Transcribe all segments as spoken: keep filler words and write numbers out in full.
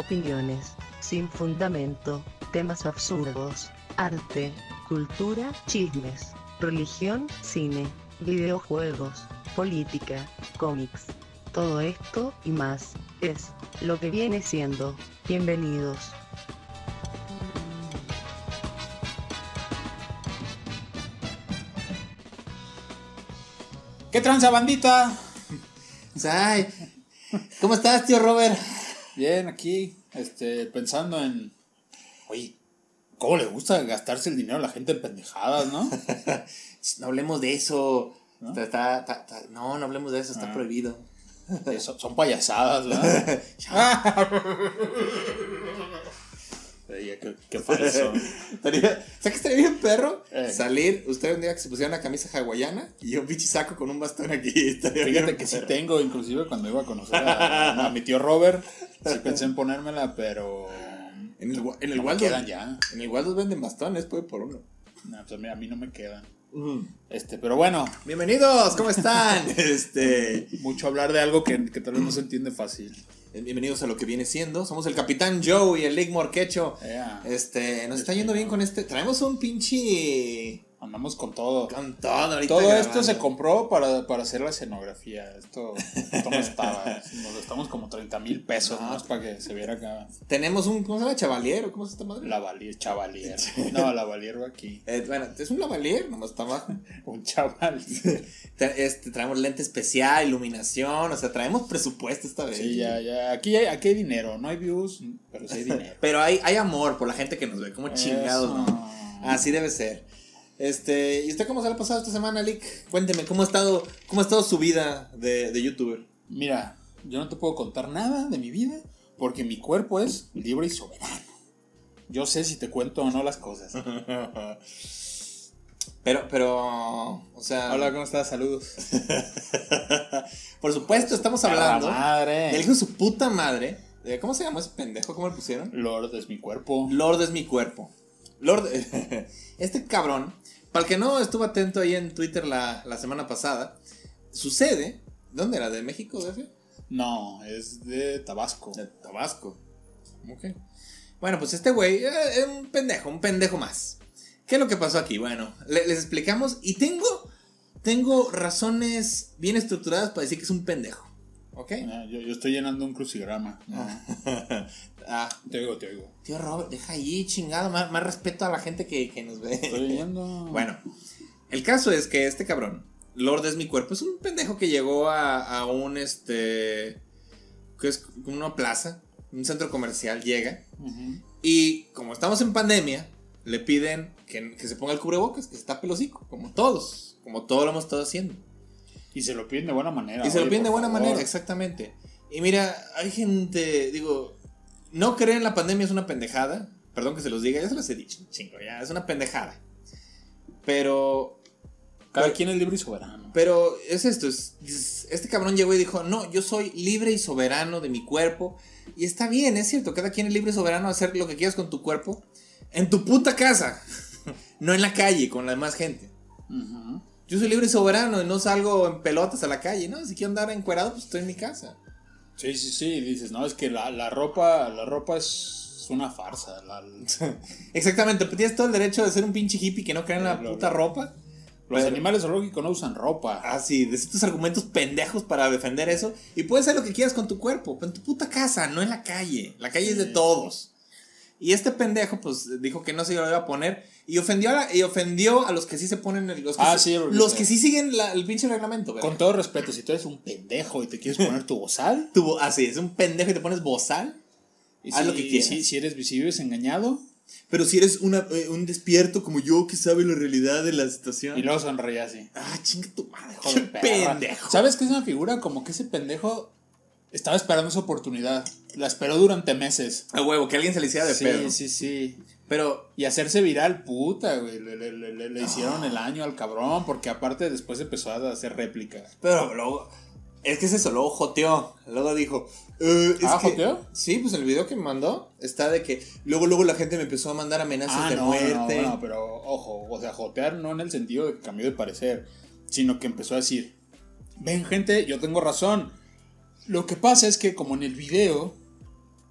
opiniones, sin fundamento, temas absurdos, arte, cultura, chismes, religión, cine, videojuegos, política, cómics. Todo esto y más, es lo que viene siendo. Bienvenidos. ¿Qué tranza, bandita? Ay, ¿cómo estás, tío Robert? Bien, aquí, este, pensando en... Oye, ¿cómo le gusta gastarse el dinero a la gente en pendejadas, no? No hablemos de eso. ¿No? Está, está, está, está, no, no hablemos de eso, está Ah. prohibido. Son, son payasadas, ¿verdad? Oye, qué, qué falso. Estaría, ¿sabes qué estaría bien, perro? Eh. Salir, usted un día que se pusiera una camisa hawaiana y yo un pinche saco con un bastón aquí. Estaría Fíjate bien, que sí perro. tengo, inclusive cuando iba a conocer a, a mi tío Robert, sí pensé en ponérmela, pero... En el, en el no me Waldos, quedan ya. en el Waldos venden bastones, puede por uno. No, pues a mí, a mí no me quedan. Mm. Este, pero bueno, Bienvenidos, ¿cómo están? este, mucho hablar de algo que, que tal vez no se entiende fácil. bienvenidos a lo que viene siendo. Somos el Capitán Joe y el Lick Morquecho. Yeah. Este, nos está yendo bien con este. Traemos un pinche. Andamos con todo. Con todo ahorita. Todo grabando. esto se compró para, para hacer la escenografía. Esto, esto no estaba. Nos gastamos como treinta mil pesos No. más para que se viera acá. Tenemos un. ¿Cómo se llama? ¿Chavalier? ¿O cómo se llama? Lavalier, chavalier. No, lavalier va aquí. Eh, bueno, es un lavalier, nomás está abajo. Un chaval. Tra- este, traemos lente especial, iluminación. O sea, traemos presupuesto esta vez. Sí, ya, ya. Aquí hay, aquí hay dinero. No hay views, pero sí hay dinero. Pero hay, hay amor por la gente que nos ve. Como chingados, Eso. ¿no? Así debe ser. Este, ¿y usted cómo se le ha pasado esta semana, Lick? Cuénteme, ¿cómo ha estado, cómo ha estado su vida de, de youtuber? Mira, yo no te puedo contar nada de mi vida porque mi cuerpo es libre y soberano. Yo sé si te cuento o no las cosas. Pero, pero, o sea... Hola, ¿cómo estás? Saludos. Por supuesto, estamos A la hablando madre. del hijo de su puta madre. de- ¿Cómo se llamó ese pendejo? ¿Cómo le pusieron? Lord es mi cuerpo. Lord es mi cuerpo. Lord... Este cabrón, para el que no estuvo atento ahí en Twitter la, la semana pasada, sucede... ¿Dónde era? ¿De México, D F? No, es de Tabasco. De Tabasco. Ok. Bueno, pues este güey eh, es un pendejo, un pendejo más. ¿Qué es lo que pasó aquí? Bueno, le- les explicamos y tengo, tengo razones bien estructuradas para decir que es un pendejo. ¿Ok? Ah, Yo, yo estoy llenando un crucigrama. Ah, Te oigo, te oigo. tío Robert, deja ahí, chingado, más, más respeto a la gente que, que nos ve. Estoy leyendo. Bueno, el caso es que este cabrón, Lord es mi cuerpo, es un pendejo que llegó a, a un, este, que es como una plaza, un centro comercial, llega. Ujú. Y como estamos en pandemia, le piden que, que se ponga el cubrebocas, que se tape el hocico, como todos, como todo lo hemos estado haciendo. Y se lo piden de buena manera. Y se lo oye, piden de por buena favor. manera, exactamente. Y mira, hay gente, digo, no creer en la pandemia es una pendejada. Perdón que se los diga, ya se los he dicho, chingo, ya, es una pendejada. Pero, Cada pero- quien es libre y soberano. pero es esto, es, es- este cabrón llegó y dijo, no, yo soy libre y soberano de mi cuerpo. Y está bien, es cierto, cada quien es libre y soberano de hacer lo que quieras con tu cuerpo en tu puta casa, no en la calle con la demás gente. Ujú. Yo soy libre y soberano y no salgo en pelotas a la calle, ¿no? Si quiero andar encuerado, pues estoy en mi casa. Sí, sí, sí. y dices, no, es que la, la ropa, la ropa es una farsa. La- Exactamente, pues tienes todo el derecho de ser un pinche hippie que no cree en la Sí, lo- puta lo- ropa. los Pero- animales zoológicos no usan ropa. Ah, sí, de estos argumentos pendejos para defender eso. Y puedes hacer lo que quieras con tu cuerpo, pero en tu puta casa, no en la calle. La calle es de Sí. todos. Y este pendejo, pues, dijo que no se lo iba a poner. Y ofendió a, la- y ofendió a los que sí se ponen. el- Los que, Ah, sí- sí, porque los sí. que sí siguen la- el pinche reglamento, ¿verdad? Con todo respeto, si tú eres un pendejo y te quieres poner tu bozal, Tu bo- así, es un pendejo y te pones bozal. y Haz si, lo que y quieras. si, si eres si vives engañado, Pero si eres una, eh, un despierto como yo que sabe la realidad de la situación. y luego sonreía así. Ah, chinga tu madre, Hijo de qué perra. pendejo. ¿Sabes qué es una figura? Como que ese pendejo estaba esperando esa oportunidad. La esperó durante meses. A huevo, que alguien se le hiciera de sí, pedo. sí, sí. Pero, Y hacerse viral, puta, güey. Le, le- le- le- le hicieron el año al cabrón, porque aparte después empezó a hacer réplicas. pero luego. Es que es eso, luego joteó. Luego dijo. eh, es ¿Ah, que- joteó? Sí, pues el video que me mandó está de que. Luego, luego la gente me empezó a mandar amenazas Ah, de no, muerte. no, no, pero ojo, o sea, jotear no en el sentido de que cambió de parecer, sino que empezó a decir, ven gente, yo tengo razón. Lo que pasa es que como en el video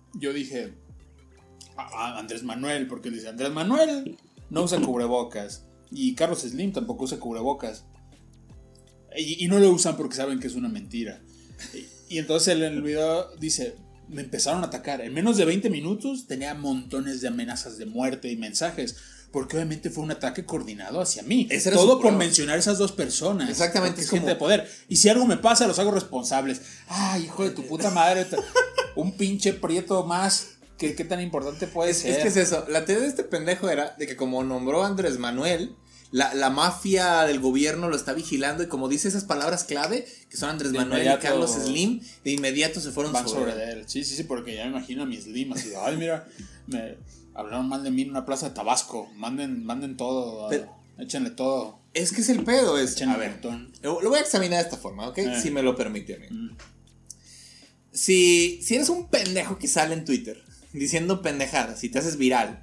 yo dije a, a Andrés Manuel, porque él dice, Andrés Manuel no usa cubrebocas y Carlos Slim tampoco usa cubrebocas. Y, y no lo usan porque saben que es una mentira. Y, y entonces él en el video dice, me empezaron a atacar. En menos de veinte minutos tenía montones de amenazas de muerte y mensajes. Porque obviamente fue un ataque coordinado hacia mí. Todo por mencionar esas dos personas. Exactamente. Es como... gente de poder. Y si algo me pasa, los hago responsables. Ay, hijo de tu puta madre. Un pinche prieto más. ¿Qué, qué tan importante puede es, ser? Es que es eso. La teoría de este pendejo era de que como nombró a Andrés Manuel, la, la mafia del gobierno lo está vigilando. Y como dice esas palabras clave, que son Andrés de Manuel y Carlos Slim, de inmediato se fueron van sobre, sobre él. Sí, sí, sí, porque ya me imagino a mi Slim así de, ay, mira, me... hablaron mal de mí en una plaza de Tabasco. Manden, manden todo. Pero, échenle todo. Es que es el pedo. Es, échenle a ver, lo, lo voy a examinar de esta forma, ¿ok? Eh. Si me lo permite, amigo. Mm. Si, si eres un pendejo que sale en Twitter diciendo pendejadas y te haces viral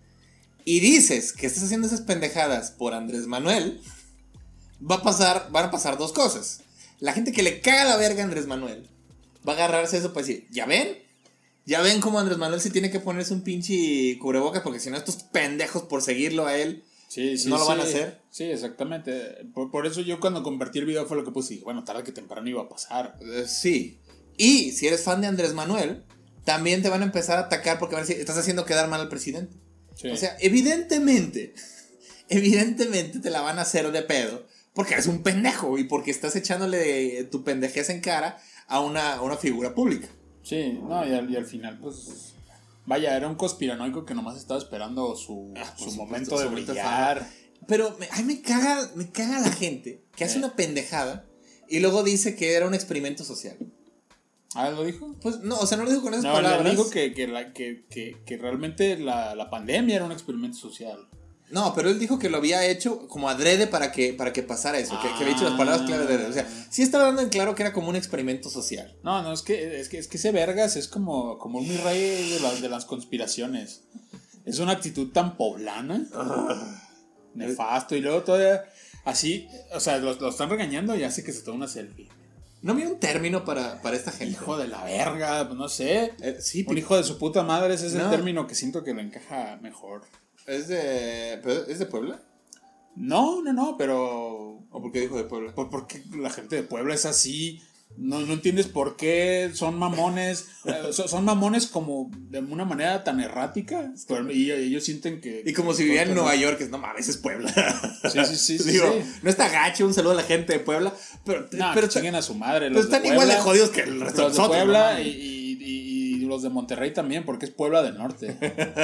y dices que estás haciendo esas pendejadas por Andrés Manuel, va a pasar, van a pasar dos cosas. La gente que le caga la verga a Andrés Manuel va a agarrarse eso para decir, ¿ya ven? Ya ven cómo Andrés Manuel sí tiene que ponerse un pinche cubrebocas porque si no estos pendejos por seguirlo a él sí, sí, no lo sí, van a hacer. Sí, exactamente. Por, por eso yo cuando convertí el video fue lo que puse. Bueno, tarde que temprano iba a pasar. Uh, sí. Y si eres fan de Andrés Manuel, también te van a empezar a atacar porque van a decir, estás haciendo quedar mal al presidente. Sí. O sea, evidentemente, evidentemente te la van a hacer de pedo porque eres un pendejo y porque estás echándole tu pendejez en cara a una, a una figura pública. Sí, no, y al, y al final, pues, vaya, era un conspiranoico que nomás estaba esperando su, ah, su momento de brillar. Pero me, ay, me caga, me caga la gente que hace eh. una pendejada y luego dice que era un experimento social. ¿Ah, lo dijo? Pues no, o sea, no lo dijo con esas no, palabras. No, dijo que, que, la, que, que, que realmente la, la pandemia era un experimento social. No, pero él dijo que lo había hecho como adrede para que, para que pasara eso, ah, que, que había dicho las palabras clave de... O sea, sí estaba dando en claro que era como un experimento social. No, no, es que, es que, es que ese vergas es como, como un mi rey de, la, de las conspiraciones. Es una actitud tan poblana, uh, nefasto, y luego todavía así, o sea, lo, lo están regañando y hace que se tome una selfie. ¿No había un término para, para esta gente? Hijo de la verga, pues no sé. Eh, sí, un hijo de su puta madre, ese es no. el término que siento que lo encaja mejor. ¿Es de, ¿Es de Puebla? No, no, no, pero... ¿O por qué dijo de Puebla? Por, porque la gente de Puebla es así. No, no entiendes por qué son mamones. son, son mamones como de una manera tan errática. Pero, y ellos sienten que... Y como si vivían en Nueva York, es no mames, es Puebla. Sí, sí, sí. sí, Digo, sí. No está gacho, un saludo a la gente de Puebla. Pero, no, pero chinguen a su madre. Pero están de igual de jodidos que el resto de nosotros. Los de Puebla no, y, y, y, y los de Monterrey también, porque es Puebla del Norte.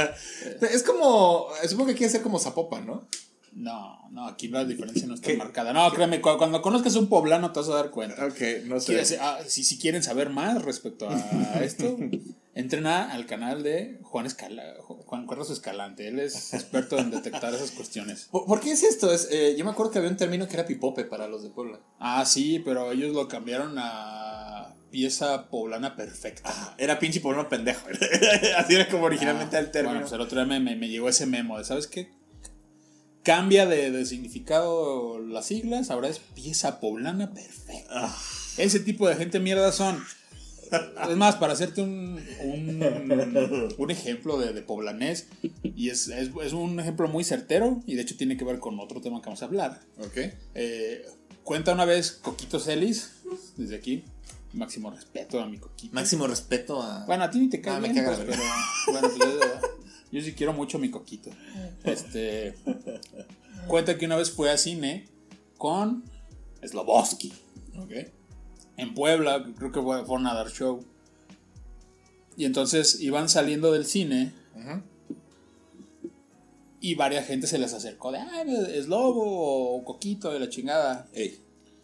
Es como... Supongo que quiere ser como Zapopan, ¿no? No, no, aquí la diferencia no está ¿Qué? marcada. No, créeme, cuando, cuando conozcas un poblano te vas a dar cuenta. Ok, no sé. Ah, si, si quieren saber más respecto a esto, entren a, al canal de Juan Escala, Juan Carlos Escalante. Él es experto en detectar esas cuestiones. ¿Por, ¿por qué es esto? Es, eh, yo me acuerdo que había un término que era pipope para los de Puebla. Ah, sí, pero ellos lo cambiaron a pieza poblana perfecta. Ah, era pinche poblano pendejo. Así era como originalmente ah, el término. Bueno, pues el otro día me, me, me llegó ese memo de, ¿sabes qué? Cambia de, de significado las siglas, ahora es pieza poblana perfecta. Ah. Ese tipo de gente mierda son. Es más, para hacerte un, un, un ejemplo de, de poblanés, y es, es, es un ejemplo muy certero, y de hecho tiene que ver con otro tema que vamos a hablar. Okay. Eh, cuenta una vez Coquito Celis, desde aquí, máximo respeto a mi Coquito. Máximo respeto a... Bueno, a ti ni te cae ah, bien, me caga, pues, pero bueno, pues, yo sí quiero mucho a mi Coquito. Este cuenta que una vez fue a cine con Slobodsky. Okay. En Puebla, creo que fueron a dar show. Y entonces iban saliendo del cine. Uh-huh. Y varias gente se les acercó de, ah, es Lobo o Coquito de la chingada. Ey.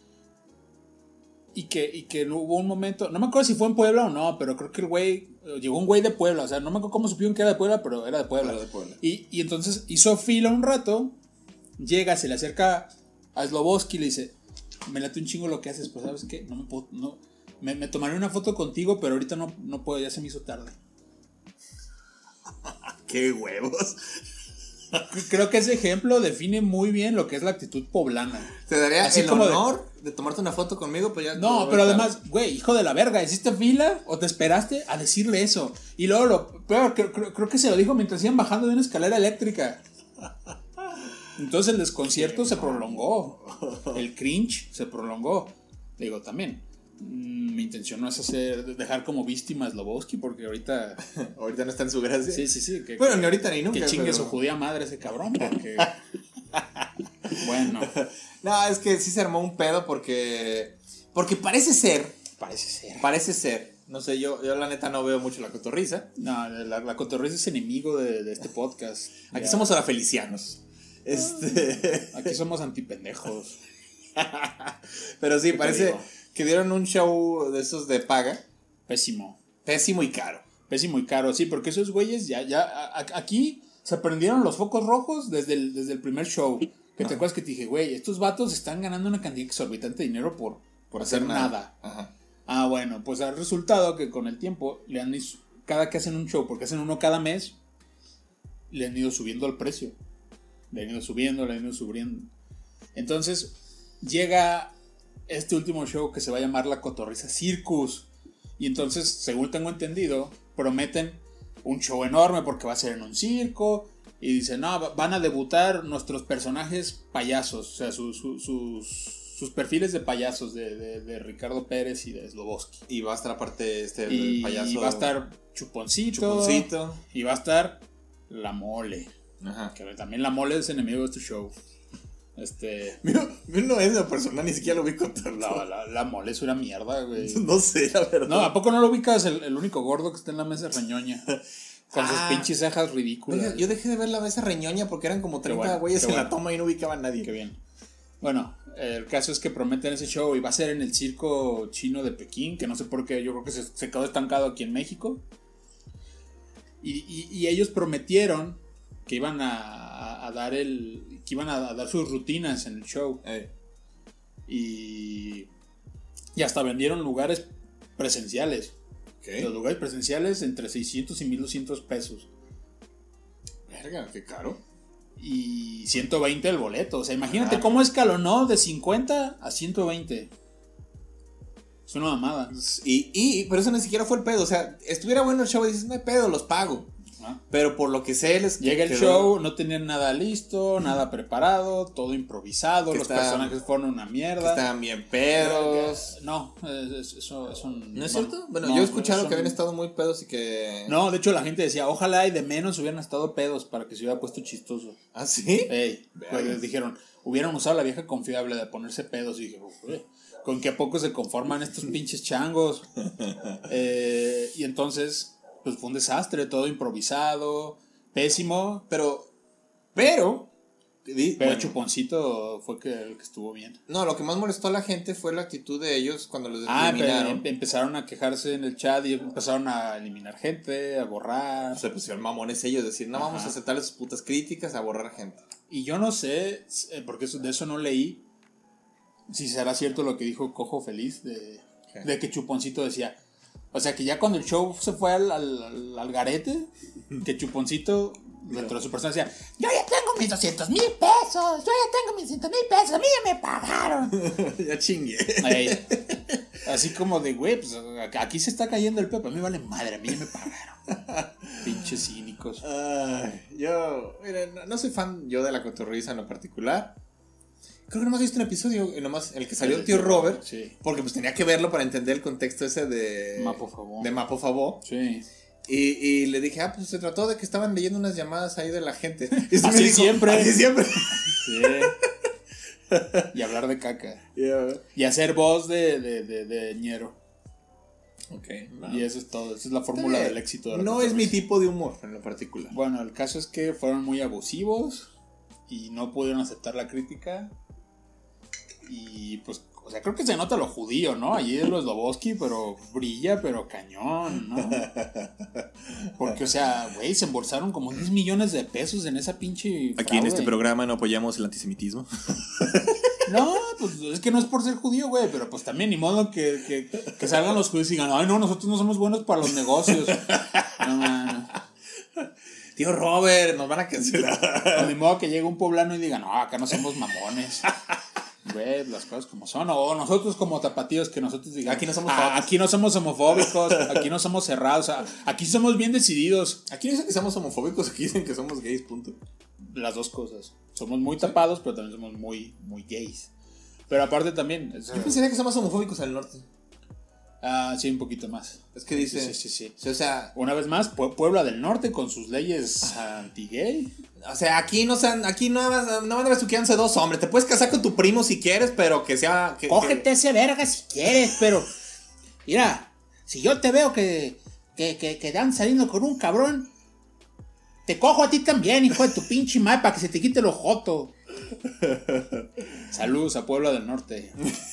Y que, y que hubo un momento, no me acuerdo si fue en Puebla o no, pero creo que el güey, llegó un güey de Puebla, o sea, no me acuerdo cómo supieron que era de Puebla, pero era de Puebla. Era de Puebla. Y, y entonces hizo fila un rato, llega, se le acerca a Slobodsky y le dice, me late un chingo lo que haces, pero ¿sabes qué? No me puedo, no, me, me tomaré una foto contigo, pero ahorita no, no puedo, ya se me hizo tarde. ¡Qué huevos! Creo que ese ejemplo define muy bien lo que es la actitud poblana. Te daría Así el como de- honor de... tomarte una foto conmigo, pues ya. No, pero además, güey, hijo de la verga, ¿hiciste fila o te esperaste a decirle eso? Y luego lo peor, creo, creo- creo que se lo dijo mientras iban bajando de una escalera eléctrica. Entonces el desconcierto se prolongó. El cringe se prolongó. Digo, también. mm, Mi intención no es hacer dejar como víctima a Sloboski, porque ahorita. Ahorita no está en su gracia. Sí, sí, sí. Que, Bueno, que- ni ahorita ni nunca. Que chingue pero- su judía madre ese cabrón, porque. Bueno, No, es que sí se armó un pedo porque. Porque parece ser. parece ser. Parece ser. No sé, yo, yo la neta no veo mucho la cotorriza. No, la, la cotorriza es enemigo de, de este podcast. Aquí Ya. somos arafelicianos. Este. Aquí somos antipendejos. Pero sí, te parece digo? que dieron un show de esos de paga. Pésimo. Pésimo y caro. Pésimo y caro, sí, porque esos güeyes ya, ya, a- a- aquí se prendieron los focos rojos desde el, desde el primer show. Que te acuerdas que te dije, güey, estos vatos están ganando una cantidad exorbitante de dinero por, por hacer nada. Ajá. Ah, bueno, pues ha resultado que con el tiempo le han ido- cada que hacen un show, porque hacen uno cada mes, le han ido subiendo el precio. Le han ido subiendo, le han ido subiendo. Entonces, llega este último show que se va a llamar La Cotorriza Circus. Y entonces, según tengo entendido, prometen un show enorme porque va a ser en un circo. Y dicen, no, va- van a debutar nuestros personajes payasos. O sea, su- su- sus, sus perfiles de payasos de, de- de Ricardo Pérez y de Sloboski. Y va a estar aparte este el Y payaso. va a estar Chuponcito. Chuponcito. Y va a estar La Mole. Ajá. Que también La Mole es enemigo de este show. Este. Mío, mío no es la persona, ni siquiera lo vi con La, la, la Mole es una mierda, güey. No sé, la verdad. No, ¿a poco no lo ubicas? El, el único gordo que está en la mesa es Reñoña. Con sus Ah. pinches cejas ridículas. Oiga, yo dejé de ver la mesa reñoña porque eran como treinta bueno, güeyes qué en la bueno. toma y no ubicaba a nadie. Qué bien. Bueno, el caso es que prometen ese show y va a ser en el circo chino de Pekín, que no sé por qué, yo creo que se, se quedó estancado aquí en México. Y, y- y ellos prometieron que iban a, a- a dar el. que iban a dar sus rutinas en el show. Eh, Y. Y hasta vendieron lugares presenciales. ¿Qué? Los lugares presenciales entre seiscientos y mil doscientos pesos. Verga, qué caro. Y ciento veinte el boleto. O sea, imagínate Ah. cómo escalonó de cincuenta a ciento veinte. Es una mamada. Y, y, pero eso ni siquiera fue el pedo. O sea, estuviera bueno el show y dices, no hay pedo, los pago. ¿Ah? Pero por lo que sé, les Llega el quedó- show, no tenían nada listo, nada preparado, todo improvisado, Que los está- personajes fueron una que mierda. estaban bien pedos. No, es- eso, eso ¿No es bueno, cierto? Bueno, no, yo he escuchado eso que habían no. estado muy pedos y que. No, de hecho la gente decía, ojalá y de menos hubieran estado pedos para que se hubiera puesto chistoso. ¿Ah, sí? Ey, Verga. pues dijeron, hubieran usado la vieja confiable de ponerse pedos. Y dije, "Uy, ¿con qué poco se conforman estos pinches changos?" Eh, y entonces, pues fue un desastre, todo improvisado, pésimo. Pero. Pero. di- Pero bueno, Chuponcito fue que, el que estuvo bien. no, lo que más molestó a la gente fue la actitud de ellos cuando los Ah, pero eliminaron. em- empezaron a quejarse en el chat y empezaron a eliminar gente, a borrar. Se pusieron mamones ellos, decir, no vamos Ajá. a aceptarles sus putas críticas, a borrar gente. Y yo no sé, eh, porque eso- de eso no leí, si será cierto lo que dijo Cojo Feliz, de, ¿Qué? de que Chuponcito decía. O sea, que ya cuando el show se fue al, al, al- al garete, que Chuponcito, dentro de su persona, decía, yo ya tengo mis doscientos mil pesos, yo ya tengo mis ciento mil pesos, a mí ya me pagaron. Ya chingue. Ey, así como de, güey, pues aquí se está cayendo el pepe, a mí vale madre, a mí ya me pagaron. Pinches cínicos. Ay, yo, mira, no, no soy fan yo de la cotorriza en lo particular. Creo que nomás he visto un episodio, eh, nomás el que salió el tío Robert, Sí. porque pues tenía que verlo para entender el contexto ese de Mapo Favó. de Mapo Favó. Sí. Y, y le dije, ah, pues se trató de que estaban leyendo unas llamadas ahí de la gente. Y sí me Así siempre. Así siempre. Sí. Y hablar de caca. Yeah. Y hacer voz de, de, de, de ñero. Ok. Y eso es todo. Esa es la fórmula del éxito de la No es mi cotorriza. tipo de humor en lo particular. Bueno, el caso es que fueron muy abusivos y no pudieron aceptar la crítica. Y pues, o sea, creo que se nota lo judío, ¿no? Allí es los Sloboski, pero brilla, pero cañón, ¿no? Porque, o sea, güey, se embolsaron como diez millones de pesos en esa pinche Aquí en este fraude. programa no apoyamos el antisemitismo. No, pues es que no es por ser judío, güey, pero pues también ni modo que, que, que salgan los judíos y digan, ay, no, nosotros no somos buenos para los negocios. No, man. tío Robert, nos van a cancelar. Ni modo que llegue un poblano y diga, no, acá no somos mamones. Güey, las cosas como son. O nosotros como tapatíos que nosotros digamos, aquí no somos ah, aquí no somos homofóbicos, aquí no somos cerrados, aquí somos bien decididos. Aquí no dicen que somos homofóbicos, aquí dicen que somos gays, punto. Las dos cosas. Somos muy tapados, pero también somos muy, muy gays. Pero aparte también... Es, Yo pensaría que somos homofóbicos al norte. Ah, sí, un poquito más. Es que dice... Sí, sí, sí. sí. O sea... Una vez más, Puebla del Norte con sus leyes anti-gay. O sea, aquí no sean, aquí no van no van a besuquearse dos hombres. Te puedes casar con tu primo si quieres, pero que sea... Que, Cógete que... ese verga si quieres, pero... Mira, si yo te veo que, que, que, que dan saliendo con un cabrón, te cojo a ti también, hijo de tu pinche madre, para que se te quite lo joto. Saludos a Puebla del Norte.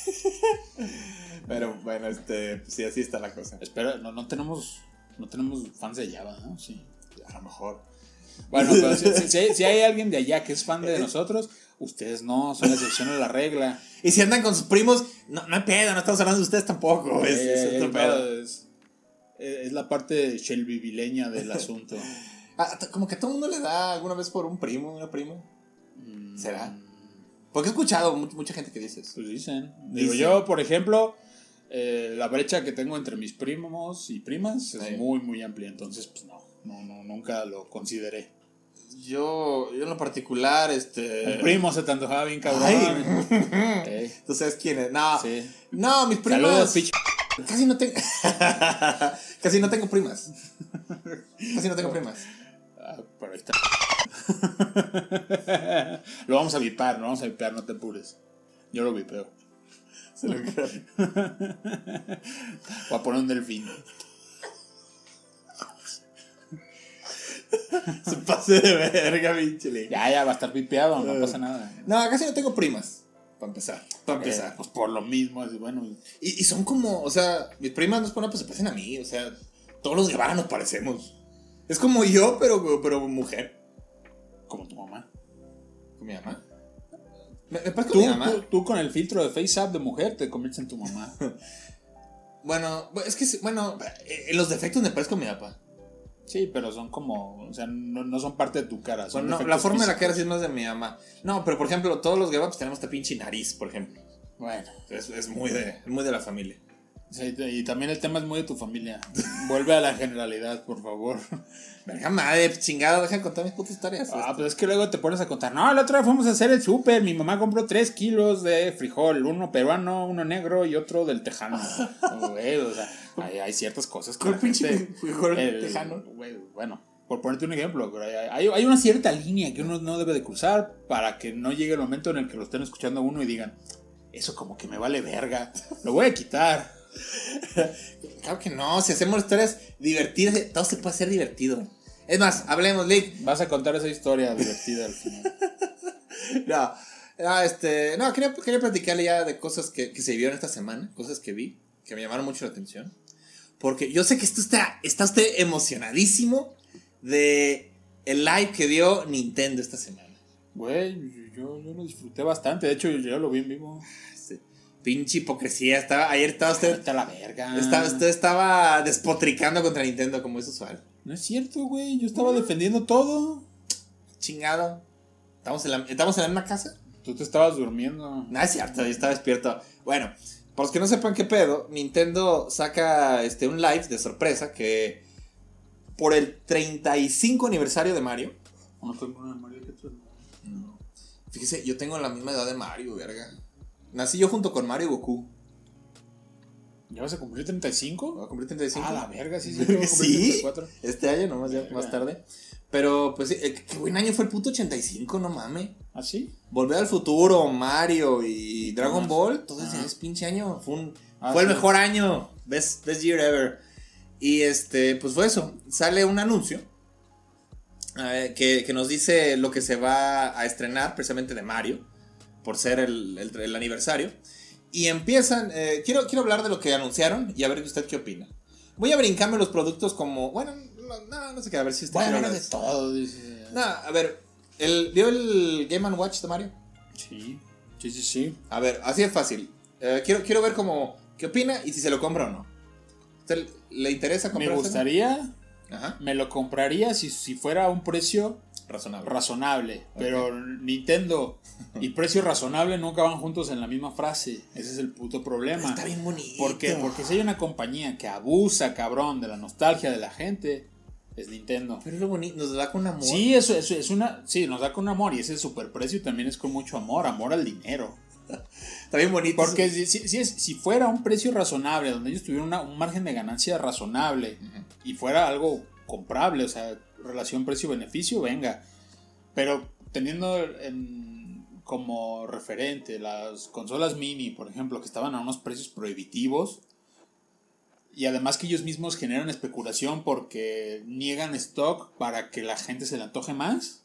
Pero bueno, este, sí, así está la cosa. Espera, no, no tenemos no tenemos fans de allá, ¿no? Sí. A lo mejor. Bueno, pero si, si, si, si hay alguien de allá que es fan de nosotros, ustedes no, son la excepción a la regla. Y si andan con sus primos, no, no hay pedo, no estamos hablando de ustedes tampoco. Es, Eh, es, otro pedo. es, es la parte shelbyvileña del asunto. Ah, como que a todo el mundo le da alguna vez por un primo, una prima. Mm, ¿Será? Porque he escuchado mucha, mucha gente que dice eso. Pues dicen. Digo, Dicen. yo, por ejemplo, eh, la brecha que tengo entre mis primos y primas es Sí. muy, muy amplia. Entonces, pues no, no, no, nunca lo consideré. Yo, yo en lo particular, este... El primo se te antojaba bien cabrón. Ay. Ey, ¿Tú sabes quién es? No, sí. no, mis primas... Saludos, picho. Casi no tengo... Casi no tengo primas. Casi no tengo primas. Ah, pero ahí está. Lo vamos a vipar, lo vamos a vipar, no te apures. Yo lo vipeo. Se lo creo. Voy a poner un delfín. Se pase de verga, pinche. Ya, ya va a estar vipeado, no pasa nada. No, casi no tengo primas. Para empezar. Para empezar. Eh, pues por lo mismo, es bueno. Y, y son como, o sea, mis primas no es por nada, pues se parecen a mí. O sea, todos los Guevara nos parecemos. Es como yo, pero, pero mujer. Como tu mamá. ¿Con mi mamá? Me, me parezco Tú, a mi mamá. tú, tú con el filtro de FaceApp de mujer te conviertes en tu mamá. Bueno, es que, bueno, en los defectos me parezco a mi papá. Sí, pero son como, o sea, no, no son parte de tu cara. Son Bueno, no, defectos la forma de la físicos. cara sí es más de mi mamá. No, pero por ejemplo, todos los Guevara pues tenemos esta pinche nariz, por ejemplo. Bueno, Es, es, muy, de, es muy de la familia. sí, y también el tema es muy de tu familia. Vuelve a la generalidad, por favor. Verga madre, chingado, deja de contar mis putas historias. Ah, pues es que luego te pones a contar. No, la otra vez fuimos a hacer el súper. Mi mamá compró tres kilos de frijol. Uno peruano, uno negro y otro del tejano. Güey, o sea, hay, hay ciertas cosas que ¿Cuál la pinche gente- frijol el- tejano? güey, bueno, por ponerte un ejemplo, pero hay, hay, hay una cierta línea que uno no debe de cruzar para que no llegue el momento en el que lo estén escuchando a uno y digan, eso como que me vale verga, lo voy a quitar. Claro que no, si hacemos historias divertidas, todo se puede hacer divertido. Es más, hablemos, Lick. Vas a contar esa historia divertida al final. No, no, este, no, quería, quería platicarle ya de cosas que, que se vivieron esta semana, cosas que vi, que me llamaron mucho la atención. Porque yo sé que esto está, está usted emocionadísimo de el live que dio Nintendo esta semana. Güey, yo, yo lo disfruté bastante. De hecho, yo, yo lo vi en vivo. Este, pinche hipocresía, estaba, ayer estaba usted, Vete a la verga. estaba, usted estaba despotricando contra Nintendo como es usual. No es cierto, güey. Yo estaba defendiendo todo. Chingado. ¿Estamos en la, ¿estamos en la misma casa? Tú te estabas durmiendo. No es cierto, yo estaba despierto. Bueno, por los que no sepan qué pedo, Nintendo saca este, un live de sorpresa que por el treinta y cinco aniversario de Mario. No tengo una memoria que tú. No. Fíjese, yo tengo la misma edad de Mario, verga. Nací yo junto con Mario y Goku. ¿Ya vas a cumplir treinta y cinco? Voy a cumplir treinta y cinco. Ah, la verga, sí, sí. Tengo que cumplir ¿Sí? treinta y cuatro. Este año, nomás ya más tarde. Pero, pues sí, eh, qué buen año fue el puto ochenta y cinco, no mames. ¿Ah, sí? Volver al futuro, Mario y Dragon Ah, Ball, todo ajá. ese pinche año. Fue, un, Ah, fue el sí. mejor año. Best, best year ever. Y este, pues fue eso. Sale un anuncio eh, que, que nos dice lo que se va a estrenar precisamente de Mario, por ser el, el, el aniversario. Y empiezan. Eh, quiero, quiero hablar de lo que anunciaron y a ver usted qué opina. Voy a brincarme los productos como. Bueno, no, no, no sé qué, a ver si usted Bueno, quiere no hablar de todo, dice. No, a ver. El, ¿Vio el Game and Watch de Mario? Sí, sí, sí, sí. A ver, así es fácil. Eh, quiero, quiero ver cómo, qué opina y si se lo compra o no. ¿Usted le interesa Me comprárselo? gustaría Ajá. me lo compraría si, si fuera a un precio razonable. razonable. Pero okay. Nintendo y precio razonable nunca van juntos en la misma frase. Ese es el puto problema. Está bien bonito. ¿Por qué? Porque si hay una compañía que abusa, cabrón, de la nostalgia de la gente, es Nintendo. Pero es lo bonito, nos da con amor. Sí, eso, eso es una. Sí, nos da con amor. Y ese superprecio también es con mucho amor. Amor al dinero. Está bien bonito. Porque si, si, si, es, si fuera un precio razonable, donde ellos tuvieran una, un margen de ganancia razonable, uh-huh. y fuera algo comprable, o sea, relación precio-beneficio, venga. Pero teniendo en, como referente las consolas mini, por ejemplo, que estaban a unos precios prohibitivos, y además que ellos mismos generan especulación porque niegan stock para que la gente se le antoje más,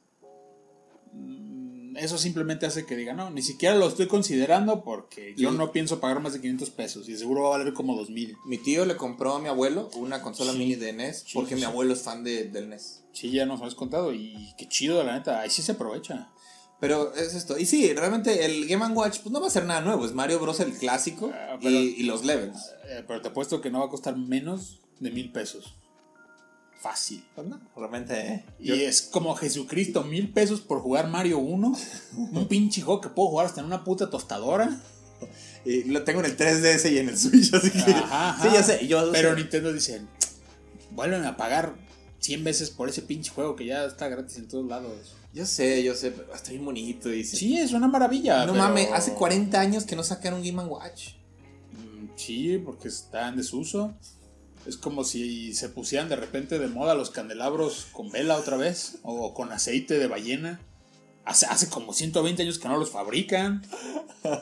eso simplemente hace que diga, no, ni siquiera lo estoy considerando porque yo no pienso pagar más de quinientos pesos y seguro va a valer como dos mil. Mi tío le compró a mi abuelo una consola sí. mini de N E S porque sí, mi abuelo es fan de, del N E S. Sí, ya nos habías contado y qué chido, la neta, ahí sí se aprovecha. Pero es esto, y sí, realmente el Game and Watch pues no va a ser nada nuevo, es Mario Bros. El clásico uh, pero, y, y los levels. Uh, pero te apuesto que no va a costar menos de mil pesos. Fácil. Pues no, realmente, ¿eh? Y Yo... es como Jesucristo, mil pesos por jugar Mario uno. Un pinche juego que puedo jugar hasta en una puta tostadora. Y lo tengo en el tres D S y en el Switch, así que. Ajá, ajá. Sí, ya sé. Yo Pero sé. Nintendo dice: vuelven a pagar cien veces por ese pinche juego que ya está gratis en todos lados. Yo sé, yo sé, pero está bien bonito. Dice. Sí, es una maravilla. No pero... mames, hace cuarenta años que no sacaron un Game and Watch. Sí, porque está en desuso. Es como si se pusieran de repente de moda los candelabros con vela otra vez. O con aceite de ballena. Hace, hace como ciento veinte años que no los fabrican. uh,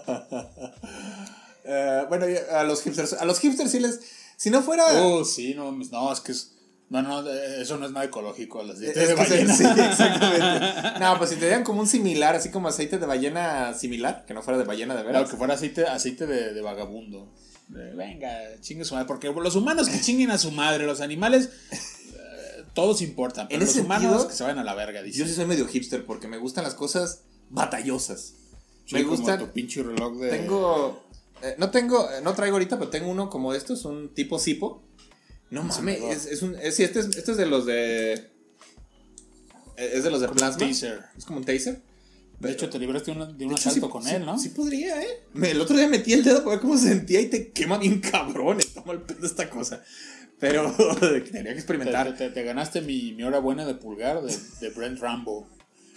bueno, a los hipsters. A los hipsters sí les. Si no fuera. Oh, sí, no, no, es que es. No, no, eso no es nada ecológico. El aceite de ballena. Se, sí, exactamente. No, pues si te dieran como un similar, así como aceite de ballena similar, que no fuera de ballena de veras. Claro, que fuera aceite, aceite de, de vagabundo. Venga, chingue su madre. Porque los humanos que chinguen a su madre, los animales, eh, todos importan. Pero los humanos sentido, que se vayan a la verga, dice. Yo sí soy medio hipster porque me gustan las cosas batallosas. Sí, me como gusta. Tu pinche reloj de. Tengo. Eh, no tengo. Eh, no traigo ahorita, pero tengo uno como estos, un tipo Zippo. No mames, es, es un. Es, sí, este es, este es de los de. Es de los de como plasma. Un taser. Es como un taser. De hecho, te libraste de un, de un asalto sí, con sí, él, ¿no? Sí podría, ¿eh? Me, el otro día metí el dedo para ver cómo se sentía y te quema bien cabrón. Está mal pedo esta cosa. Pero tenía que experimentar. Te, te, te ganaste mi, mi hora buena de pulgar de, de Brent Rambo.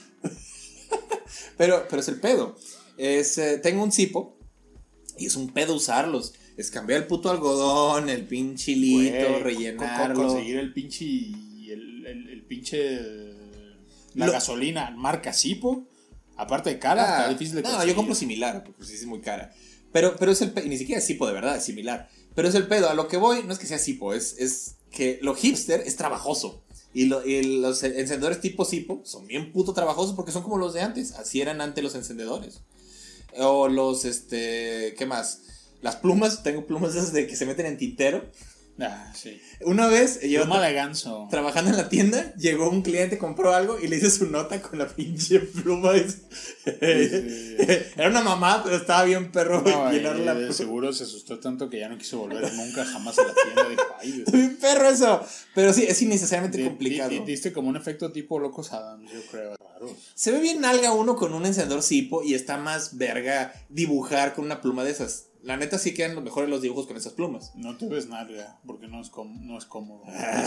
pero, pero es el pedo. Es, eh, tengo un Zippo y es un pedo usarlos. Es cambiar el puto algodón, el pinche hilito, Güey, rellenarlo. Con, conseguir el pinche. El, el, el pinche. La Lo, gasolina marca Zippo. Aparte de cara, ah, está difícil de conseguir. No, yo compro similar, porque sí es muy cara. Pero, pero es el pedo, ni siquiera es Zippo de verdad, es similar. Pero es el pedo, a lo que voy, no es que sea Zippo, es, es que lo hipster es trabajoso. Y, lo, y los encendedores tipo Zippo son bien puto trabajosos porque son como los de antes. Así eran antes los encendedores. O los, este, ¿qué más? Las plumas, tengo plumas esas de que se meten en tintero. Ah, sí. Una vez yo Pluma de ganso. Trabajando en la tienda, llegó un cliente, compró algo y le hice su nota con la pinche pluma. Sí, sí. Era una mamá, pero estaba bien perro no, llenar eh, la pluma. Seguro se asustó tanto que ya no quiso volver nunca jamás a la tienda. Dijo, ay, está bien perro eso. Pero sí, es innecesariamente di, complicado. Di, di, diste como un efecto tipo Locos Adams, yo creo. Claro. Se ve bien nalga uno con un encendedor Zippo y está más verga dibujar con una pluma de esas. La neta sí quedan los mejores los dibujos con esas plumas. No te ves nalga, porque no es, com- no es cómodo.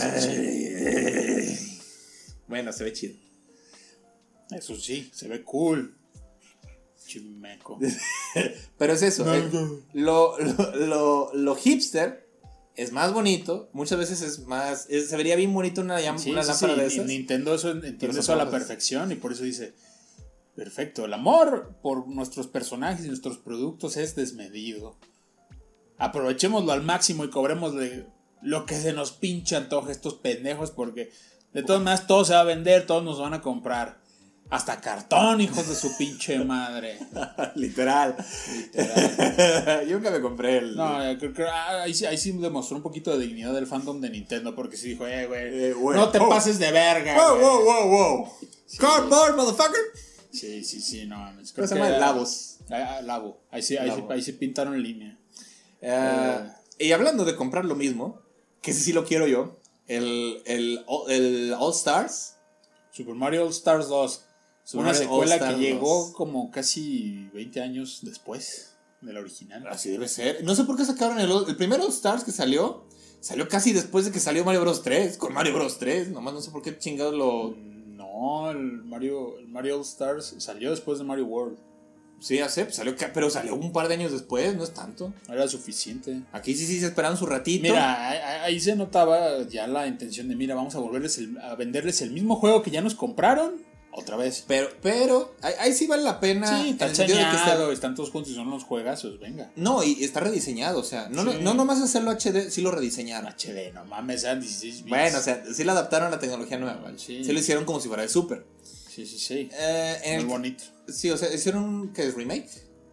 Bueno, se ve chido. Eso sí, se ve cool. Chimeco. Pero es eso. eh, lo, lo, lo, lo hipster es más bonito. Muchas veces es más. Es, se vería bien bonito una, llam- sí, una sí, lámpara sí, de y esas. Nintendo eso, entiende eso a la perfección y por eso dice. Perfecto, el amor por nuestros personajes y nuestros productos es desmedido. Aprovechémoslo al máximo y cobrémosle lo que se nos pinche antoje a estos pendejos porque de todas maneras todo se va a vender, todos nos van a comprar. Hasta cartón, hijos de su pinche madre. Literal. Literal. Yo nunca me compré el... No, creo que ahí, ahí sí demostró un poquito de dignidad del fandom de Nintendo porque sí dijo, eh, güey, eh, no te oh. pases de verga. Wow, wow, wow, wow. Sí. Cardboard, motherfucker. Sí, sí, sí, no mames. ¿Cómo se llama? Lavos. Ah, Lavo. Ahí sí, ahí, Lavo. Sí, ahí sí pintaron línea. Uh, uh, y hablando de comprar lo mismo, que ese sí lo quiero yo, El, el, el All Stars. Super Mario All Stars dos. Super Una Mario secuela All-Stars que llegó dos. como casi veinte años después de la original. Así debe ser. No sé por qué sacaron el, el primer All Stars que salió. Salió casi después de que salió Mario Bros. tres. Con Mario Bros. tres. Nomás no sé por qué chingados lo. No, el Mario, el Mario All Stars salió después de Mario World. Sí, ya sé, pues salió, ca- pero salió un par de años después, no es tanto. No era suficiente. Aquí sí, sí se esperaron su ratito. Mira, ahí, ahí se notaba ya la intención de, mira, vamos a volverles el- a venderles el mismo juego que ya nos compraron otra vez. Pero, pero, ahí, ahí sí vale la pena. Sí, está en el sentido de que está- chañado, están todos juntos y son unos juegazos, venga. No, y está rediseñado, o sea, no, Sí. no nomás hacerlo H D, sí lo rediseñaron. H D, no mames, eran dieciséis bits. Bueno, o sea, sí lo adaptaron a la tecnología nueva. Sí. Sí lo hicieron como si fuera de Super. Sí, sí, sí. Eh, en Muy el- bonito. Sí, o sea, hicieron un, ¿qué es? ¿Remake?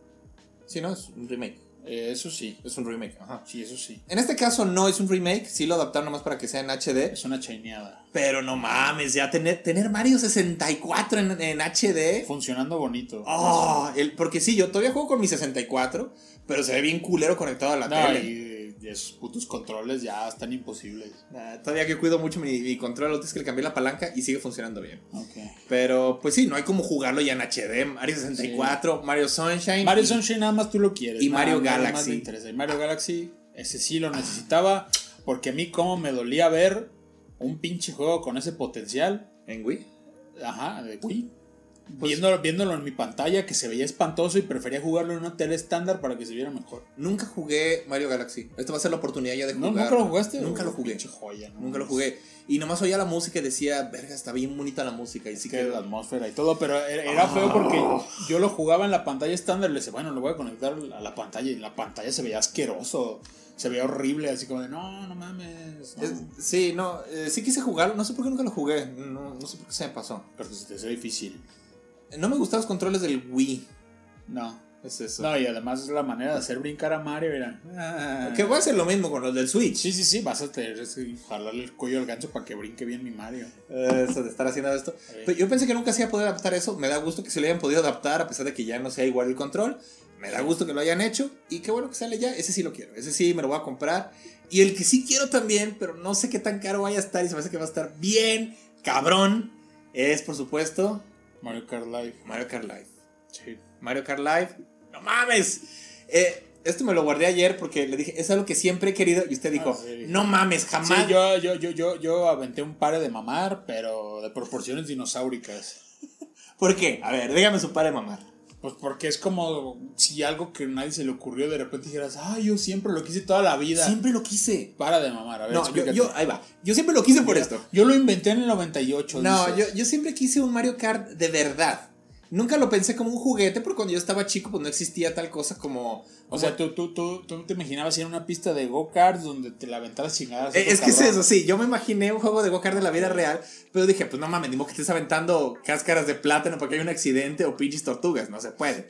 Sí, no, es un remake. Eh, eso sí. Es un remake, ajá. Sí, eso sí. En este caso no es un remake, sí lo adaptaron nomás para que sea en H D. Es una chaineada. Pero no mames, ya tener, tener Mario sesenta y cuatro en, en H D. Funcionando bonito. Oh, el, porque sí, yo todavía juego con mi sesenta y cuatro, pero se ve bien culero conectado a la No, tele. y, y esos putos controles ya están imposibles. Nah, todavía que cuido mucho mi, mi control, lo es que le cambié la palanca y sigue funcionando bien. Ok. Pero pues sí, no hay como jugarlo ya en H D. Mario sesenta y cuatro, Mario Sunshine. Mario y- Sunshine nada más tú lo quieres. y nada- Mario nada más Galaxy. me interesa. Y Mario Galaxy, ese sí lo necesitaba. Porque a mí como me dolía ver un pinche juego con ese potencial. ¿En Wii? Ajá, de Wii. Pues- viéndolo, viéndolo en mi pantalla que se veía espantoso y prefería jugarlo en una tele estándar para que se viera mejor. Nunca jugué Mario Galaxy. Esta va a ser la oportunidad ya de ¿No, jugar. ¿Nunca lo jugaste? Nunca lo Oh, jugué. pinche joya, ¿no? Nunca lo jugué. Y nomás oía la música y decía, verga, está bien bonita la música. Y sí Sí que que la atmósfera y todo, pero era, era feo porque yo lo jugaba en la pantalla estándar y le decía, bueno, lo voy a conectar a la pantalla y la pantalla se veía asqueroso, se veía horrible, así como de, no, no mames. No. Es- sí, no, eh, sí quise jugarlo, no sé por qué nunca lo jugué, no, no sé por qué se me pasó. Pero se te hace difícil. No me gustaban los controles del Wii, No. es eso. No, y además la manera de hacer brincar a Mario era... ah. Que voy a hacer lo mismo con los del Switch. Sí, sí, sí, vas a tener que jalarle el cuello al gancho para que brinque bien mi Mario. Eh, Eso de estar haciendo esto. Pero yo pensé que nunca se iba a poder adaptar eso. Me da gusto que se lo hayan podido adaptar a pesar de que ya no sea igual el control. Me da gusto que lo hayan hecho. Y qué bueno que sale ya. Ese sí lo quiero. Ese sí me lo voy a comprar. Y el que sí quiero también, pero no sé qué tan caro vaya a estar y se me hace que va a estar bien cabrón, es por supuesto Mario Kart Live. Mario Kart Live. Sí. Mario Kart Live. ¡No mames! Eh, esto me lo guardé ayer porque le dije, es algo que siempre he querido. Y usted dijo, Ah, sí. no mames, jamás. Sí, yo, yo, yo, yo, yo aventé un par de mamar, pero de proporciones dinosauricas. ¿Por qué? A ver, dígame su par de mamar. Pues porque es como si algo que a nadie se le ocurrió de repente dijeras, ah, yo siempre lo quise toda la vida. Siempre lo quise. Para de mamar, a ver, No, yo, explícate. yo, ahí va. Yo siempre lo quise por Mira, esto. Yo lo inventé en el noventa y ocho. No, dice. yo, yo siempre quise un Mario Kart de verdad. Nunca lo pensé como un juguete, porque cuando yo estaba chico, pues no existía tal cosa como. O sea, tú, tú, tú, tú te imaginabas ir a una pista de go-karts donde te la aventaras chingadas. Eh, es que es eso, sí. Yo me imaginé un juego de go-kart de la vida real, pero dije, pues no mames, ni modo que estés aventando cáscaras de plátano porque hay un accidente o pinches tortugas, no se puede.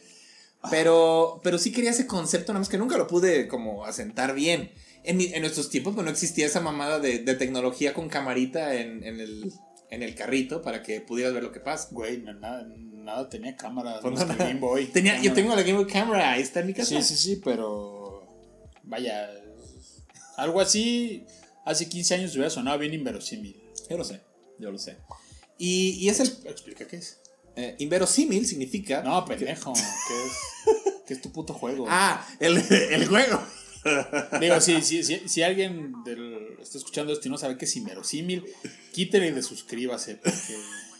Pero, pero sí quería ese concepto, nada más que nunca lo pude como asentar bien. En, mi- en nuestros tiempos, pues no existía esa mamada de, de tecnología con camarita en, en, el, en el carrito para que pudieras ver lo que pasa. Güey, no, nada, nada tenía cámara. Pues más no, que nada. Game Boy. Tenía, yo Cámara. tengo la Game Boy Camera, ahí está en mi casa. Sí, sí, sí, pero. Vaya. Algo así. Hace quince años hubiera sonado bien inverosímil. Yo lo sé, yo lo sé. Y, y es el. Explica qué es. Eh, inverosímil significa. No, pendejo. ¿Qué es? ¿Qué es tu puto juego? Ah, el, el juego. Digo, si, si, si, si alguien del, está escuchando esto y no sabe qué es inverosímil, quítele y desuscríbase. Porque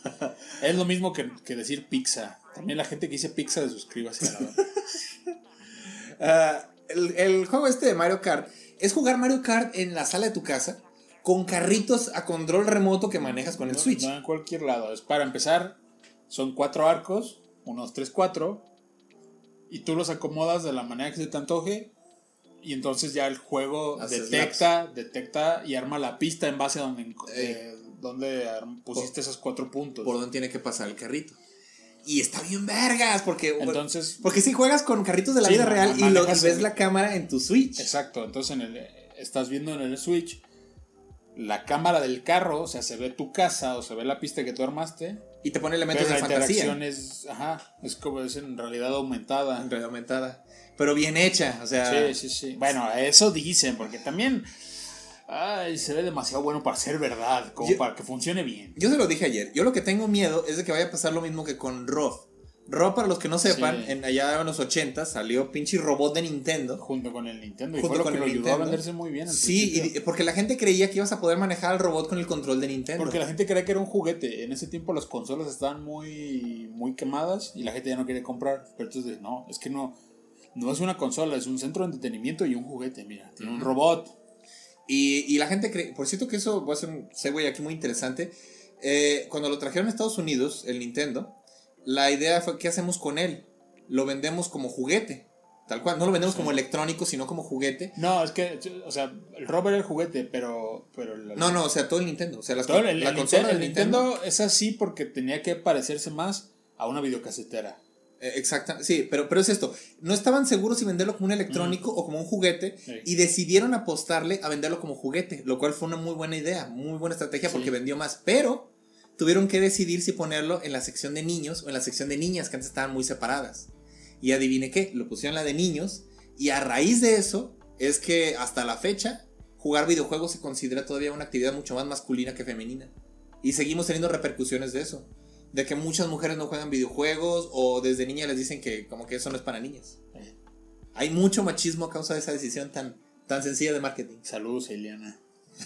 es lo mismo que, que decir pizza. También la gente que dice pizza, desuscríbase. La verdad. Ah, el, el juego este de Mario Kart es jugar Mario Kart en la sala de tu casa con carritos a control remoto que manejas con el No, Switch. no en cualquier lado. Es para empezar, son cuatro arcos, unos tres, cuatro, y tú los acomodas de la manera que se te antoje. Y entonces ya el juego Haces detecta, detecta y arma la pista en base a donde, Ey. eh, donde arm- pusiste esos cuatro puntos. Por donde tiene que pasar el carrito. Y está bien vergas, porque. Entonces, Porque si juegas con carritos de la Sí, vida ma- real y, lo, y manejas ves el- la cámara en tu Switch. exacto, entonces en el, estás viendo en el Switch la cámara del carro, o sea, se ve tu casa o se ve la pista que tú armaste. Y te pone elementos Pero de la fantasía. interacción es, ajá, es como es en realidad aumentada. En realidad aumentada. Pero bien hecha, o sea. Sí, sí, sí. Bueno, eso dicen, porque también Ay, se ve demasiado bueno para ser verdad, como yo, para que funcione bien. Yo se lo dije ayer. Yo lo que tengo miedo es de que vaya a pasar lo mismo que con Ro. Ro, para los que no sepan, sí. en allá en los ochenta salió pinche robot de Nintendo. Junto con el Nintendo. Y junto fue lo con que el lo Nintendo. ayudó a venderse muy bien. Sí, y, porque la gente creía que ibas a poder manejar al robot con el control de Nintendo. Porque la gente creía que era un juguete. En ese tiempo las consolas estaban muy, muy quemadas y la gente ya no quería comprar. Pero entonces, no, es que no, no es una consola, es un centro de entretenimiento y un juguete. Mira, tiene un robot. Y, y la gente cree, por cierto que eso va a ser un segue aquí muy interesante. Eh, cuando lo trajeron a Estados Unidos, el Nintendo, la idea fue: ¿qué hacemos con él? Lo vendemos como juguete, tal cual. No lo vendemos sí. como electrónico, sino como juguete. No, es que, o sea, el robot era el juguete, pero. pero la, no, no, o sea, todo el Nintendo. O sea, las, todo el, la el consola del del Nintendo, Nintendo es así porque tenía que parecerse más a una videocasetera. Exacto, sí, pero, pero es esto. No estaban seguros si venderlo como un electrónico mm. o como un juguete sí. y decidieron apostarle a venderlo como juguete, lo cual fue una muy buena idea, muy buena estrategia porque sí. vendió más, pero tuvieron que decidir si ponerlo en la sección de niños o en la sección de niñas, que antes estaban muy separadas. Y adivine qué, lo pusieron en la de niños y a raíz de eso es que hasta la fecha jugar videojuegos se considera todavía una actividad mucho más masculina que femenina. Y seguimos teniendo repercusiones de eso. De que muchas mujeres no juegan videojuegos o desde niñas les dicen que como que eso no es para niñas. Eh. Hay mucho machismo a causa de esa decisión tan, tan sencilla de marketing. Saludos, Eliana.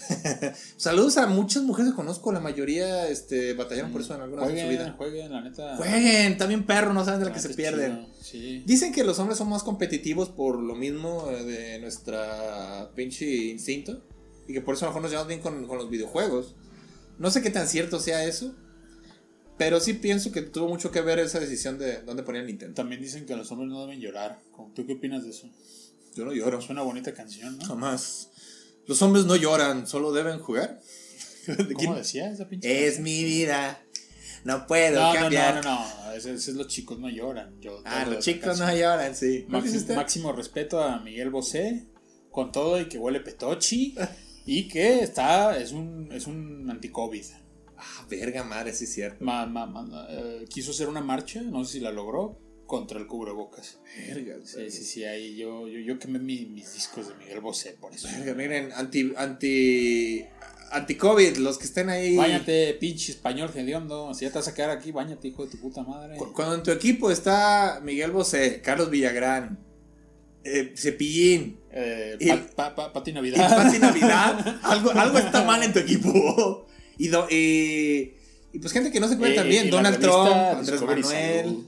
Saludos a muchas mujeres que conozco, la mayoría este, batallaron mm. por eso en alguna vez de su vida. Jueguen, la neta. Jueguen, también perro, no saben de la que se pierden. Sí. Dicen que los hombres son más competitivos por lo mismo de nuestra pinche instinto y que por eso a lo mejor nos llevamos bien con, con los videojuegos. No sé qué tan cierto sea eso. Pero sí pienso que tuvo mucho que ver esa decisión de dónde poner Nintendo. También dicen que los hombres no deben llorar. ¿Tú qué opinas de eso? Yo no lloro. Es una bonita canción, ¿no? Jamás. Los hombres no lloran, solo deben jugar. ¿De ¿Cómo decía esa pinche? Es mi vida, no puedo no, cambiar. No, no, no, no. Ese, ese es los chicos no lloran. Yo, ah, los chicos no lloran, sí. Máximo, máximo respeto a Miguel Bosé, con todo y que huele petochi y que está, es un, es un anti-COVID. Ah, verga madre, sí es cierto. Ma, ma, ma, eh, quiso hacer una marcha, no sé si la logró, contra el cubrebocas. Verga, sí, verga. sí, sí, ahí yo, yo, yo quemé mi, mis discos de Miguel Bosé por eso. Verga, miren, anti, anti, anti-COVID, los que estén ahí. Báñate, pinche español hediondo, si ya te vas a quedar aquí, báñate, hijo de tu puta madre. Cuando en tu equipo está Miguel Bosé, Carlos Villagrán, eh, Cepillín, eh, y, pa, pa, pa, Pati Navidad, Pati Navidad, algo, algo está mal en tu equipo. Y, do, y, y pues gente que no se cuenta eh, bien, Donald Trump, Andrés Discovery Manuel. Salud.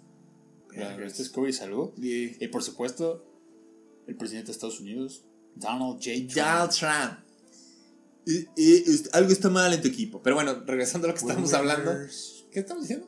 La revista Discovery Salud. Y, y por supuesto, el presidente de Estados Unidos, Donald J. Trump. Donald Trump. Y, y, y, algo está mal en tu equipo. Pero bueno, regresando a lo que estamos Winners. hablando. ¿Qué estamos diciendo?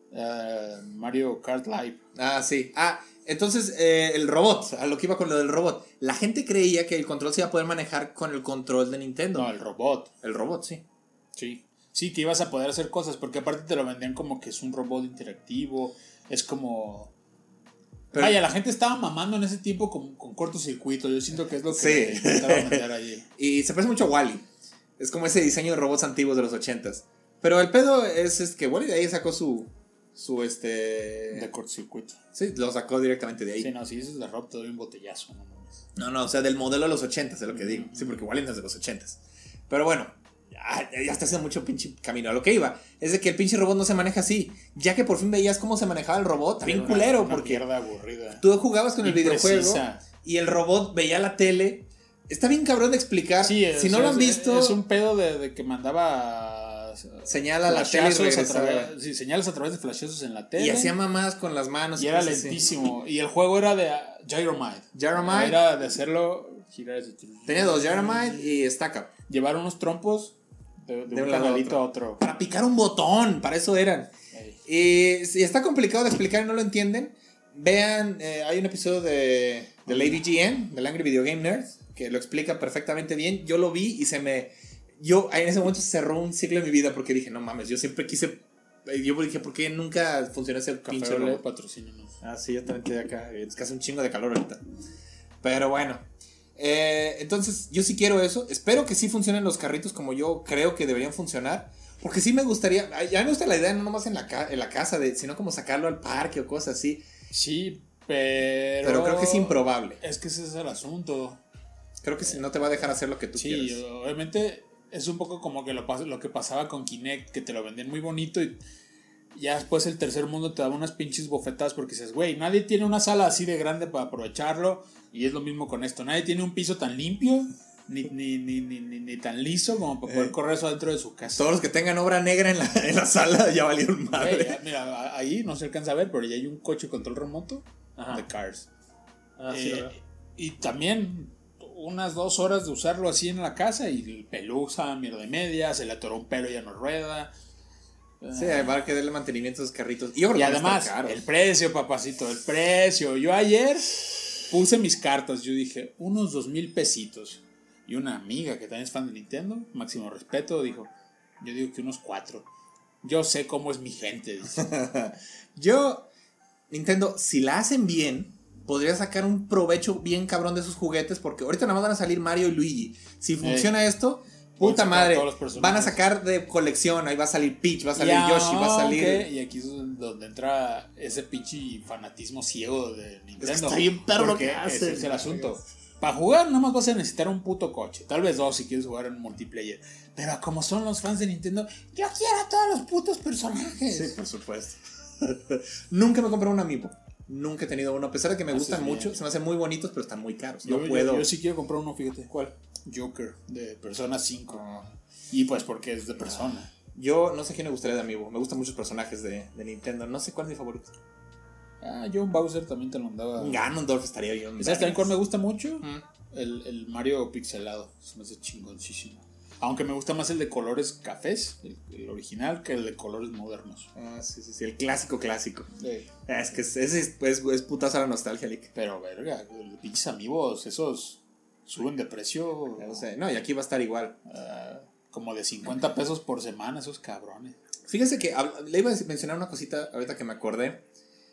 Uh, Mario Kart Live. Ah, sí. Ah, entonces eh, el robot, a lo que iba con lo del robot. La gente creía que el control se iba a poder manejar con el control de Nintendo. No, el robot. El robot, sí. Sí, sí, que ibas a poder hacer cosas, porque aparte te lo vendían como que es un robot interactivo, es como... Pero, vaya, la gente estaba mamando en ese tiempo con, con cortocircuito, yo siento que es lo que sí. intentaba vender allí. Y se parece mucho a Wall-E, es como ese diseño de robots antiguos de los ochentas. Pero el pedo es, es que Wall-E de ahí sacó su... su este... De cortocircuito. Sí, lo sacó directamente de ahí. Sí, no, si dices de rock te doy un botellazo, no mames. No, no, o sea, del modelo de los ochentas es lo que digo. Sí, porque Wall-E no es de los ochentas. Pero bueno... ya está haciendo mucho pinche camino. A lo que iba es de que el pinche robot no se maneja así. Ya que por fin veías cómo se manejaba el robot, bien culero, una porque mierda aburrida. Tú jugabas con el Imprecisa. videojuego y el robot veía la tele. Está bien cabrón de explicar. Sí, es, si no es, lo han visto, es un pedo de, de que mandaba señal a la tele y regresaba. a través, sí, señales a través de flashazos en la tele. Y hacía mamás con las manos. Y era lentísimo. Así. Y el juego era de uh, Gyromite. Gyromite. Era de hacerlo. Tenía dos, Gyromite y Stack Up. Llevar unos trompos. De, de, de un canalito a otro. Para picar un botón, para eso eran. Y si está complicado de explicar y no lo entienden, vean, eh, hay un episodio de, de Lady G N, del Angry Video Game Nerd, que lo explica perfectamente bien. Yo lo vi y se me... Yo en ese momento se cerró un ciclo en mi vida porque dije, no mames, yo siempre quise... Yo dije, ¿por qué nunca funcionó ese pinche robot? Patrocínanos. Ah, sí, yo también estoy acá. Es que hace un chingo de calor ahorita. Pero bueno... Eh, entonces yo sí quiero eso. Espero que sí funcionen los carritos como yo creo que deberían funcionar, porque sí me gustaría. Ya me gusta la idea no nomás en la, ca- en la casa de, sino como sacarlo al parque o cosas así. Sí, pero Pero creo que es improbable. Es que ese es el asunto. Creo que si no te va a dejar hacer lo que tú sí, quieres. Sí, obviamente es un poco como que lo, lo que pasaba con Kinect, que te lo vendían muy bonito y ya después el tercer mundo te daba unas pinches bofetadas porque dices, güey, nadie tiene una sala así de grande para aprovecharlo. Y es lo mismo con esto, nadie tiene un piso tan limpio ni, ni, ni, ni, ni, ni tan liso como para poder eh, correr eso dentro de su casa. Todos los que tengan obra negra en la, en la sala ya valieron madre. Güey, ya, mira, ahí no se alcanza a ver, pero ya hay un coche control remoto. Ajá. De Cars. Ah, sí, eh, y también unas dos horas de usarlo así en la casa y pelusa, mierda y media, se le atoró un pelo y ya no rueda. Sí, para que darle mantenimiento a esos carritos. Y, y además, el precio, papacito, el precio. Yo ayer puse mis cartas, yo dije, unos dos mil pesitos. Y una amiga que también es fan de Nintendo, máximo respeto, dijo, yo digo que unos cuatro. Yo sé cómo es mi gente, dice. Yo, Nintendo, si la hacen bien, podría sacar un provecho bien cabrón de esos juguetes, porque ahorita nada más van a salir Mario y Luigi. Si funciona hey. esto... Puta madre, van a sacar de colección, ahí va a salir Peach, va a salir ya, Yoshi, va a salir... Okay. Y aquí es donde entra ese pinche fanatismo ciego de Nintendo. Es que está bien perro lo que hace. Ese es el asunto. Para jugar nada más vas a necesitar un puto coche, tal vez dos si quieres jugar en multiplayer. Pero como son los fans de Nintendo, yo quiero a todos los putos personajes. Sí, por supuesto. Nunca me compré un amiibo. Nunca he tenido uno, a pesar de que me gustan mucho, bien. Se me hacen muy bonitos, pero están muy caros. Yo, no puedo. Yo, yo sí quiero comprar uno, fíjate. ¿Cuál? Joker, de Persona cinco. Oh. Y pues porque es de Persona. Yo no sé quién me gustaría de amiibo. Me gustan muchos personajes de, de Nintendo. No sé cuál es mi favorito. Ah, yo un Bowser también te lo andaba. Un Ganondorf estaría bien. ¿Sabes también cuál me gusta mucho? Mm. El, el Mario pixelado. Se me hace chingoncísimo. Aunque me gusta más el de colores cafés, el, el original, que el de colores modernos. Ah, sí, sí, sí. El clásico clásico. Sí. Es que ese es, es, es, es putazo a la nostalgia, Lick. Pero verga, los pinches amigos, esos suben de precio. No sé. No, y aquí va a estar igual. Uh, como de cincuenta pesos por semana, esos cabrones. Fíjese que le iba a mencionar una cosita ahorita que me acordé.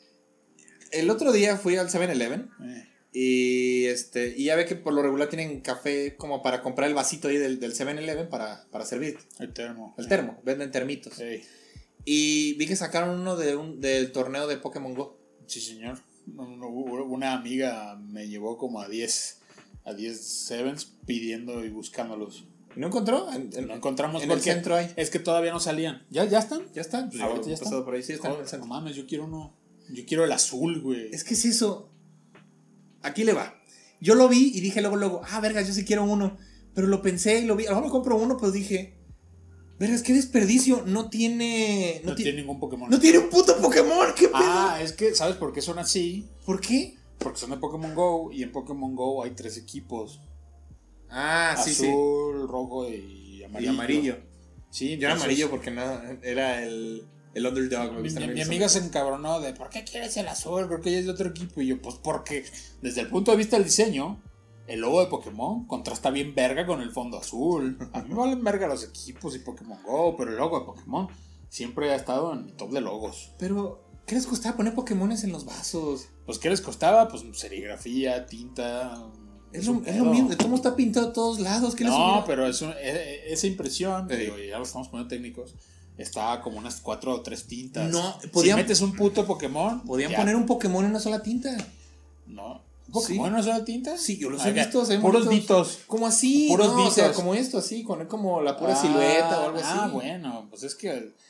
El otro día fui al seven eleven. Eh. Y este y ya ve que por lo regular tienen café como para comprar el vasito ahí del, del seven eleven para, para servir. El termo. El termo, venden termitos. Sí. Y vi que sacaron uno de un, del torneo de Pokémon Go. Sí, señor. Una amiga me llevó como a diez a diez sevens pidiendo y buscándolos. ¿Y no encontró? En, en, no encontramos en el centro hay. Es que todavía no salían. ¿Ya, ya están? Ya están. Pues ahorita ya están. Por ahí sí están. Joder, en el centro. No mames, yo quiero uno. Yo quiero el azul, güey. Es que es eso. Aquí le va. Yo lo vi y dije luego, luego, ah, verga, yo sí quiero uno. Pero lo pensé y lo vi. A lo mejor compro uno, pues dije, verga, qué desperdicio. No tiene. No, no tiene ningún Pokémon. No tiene un puto Pokémon. ¿Qué pedo? Ah, es que, ¿sabes por qué son así? ¿Por qué? Porque son de Pokémon Go. Y en Pokémon Go hay tres equipos: Ah, sí, sí. azul, rojo y amarillo. Y amarillo. Sí, yo era amarillo porque no, era el. El underdog. Me mi, mi, mi amiga se encabronó de ¿por qué quieres el azul? Creo que ella es de otro equipo. Y yo, pues porque desde el punto de vista del diseño, el logo de Pokémon contrasta bien verga con el fondo azul. A mí me valen verga los equipos y Pokémon Go, pero el logo de Pokémon siempre ha estado en el top de logos. Pero, ¿qué les costaba poner Pokémones en los vasos? Pues, ¿qué les costaba? Pues serigrafía, tinta. Es lo, es lo mismo, ¿cómo está pintado a todos lados? ¿Qué no, les pero es un, es, esa impresión, digo, ya lo estamos poniendo técnicos. Está como unas cuatro o tres tintas. No, podían, si metes un puto Pokémon. Podían ya. poner un Pokémon en una sola tinta. No. ¿Un Pokémon en una sola tinta? Sí, yo los he visto. Puros ditos. Como así. Puros no, ditos. O sea, como esto, así, con como la pura ah, silueta o algo así. Ah, bueno, pues es que. Eh,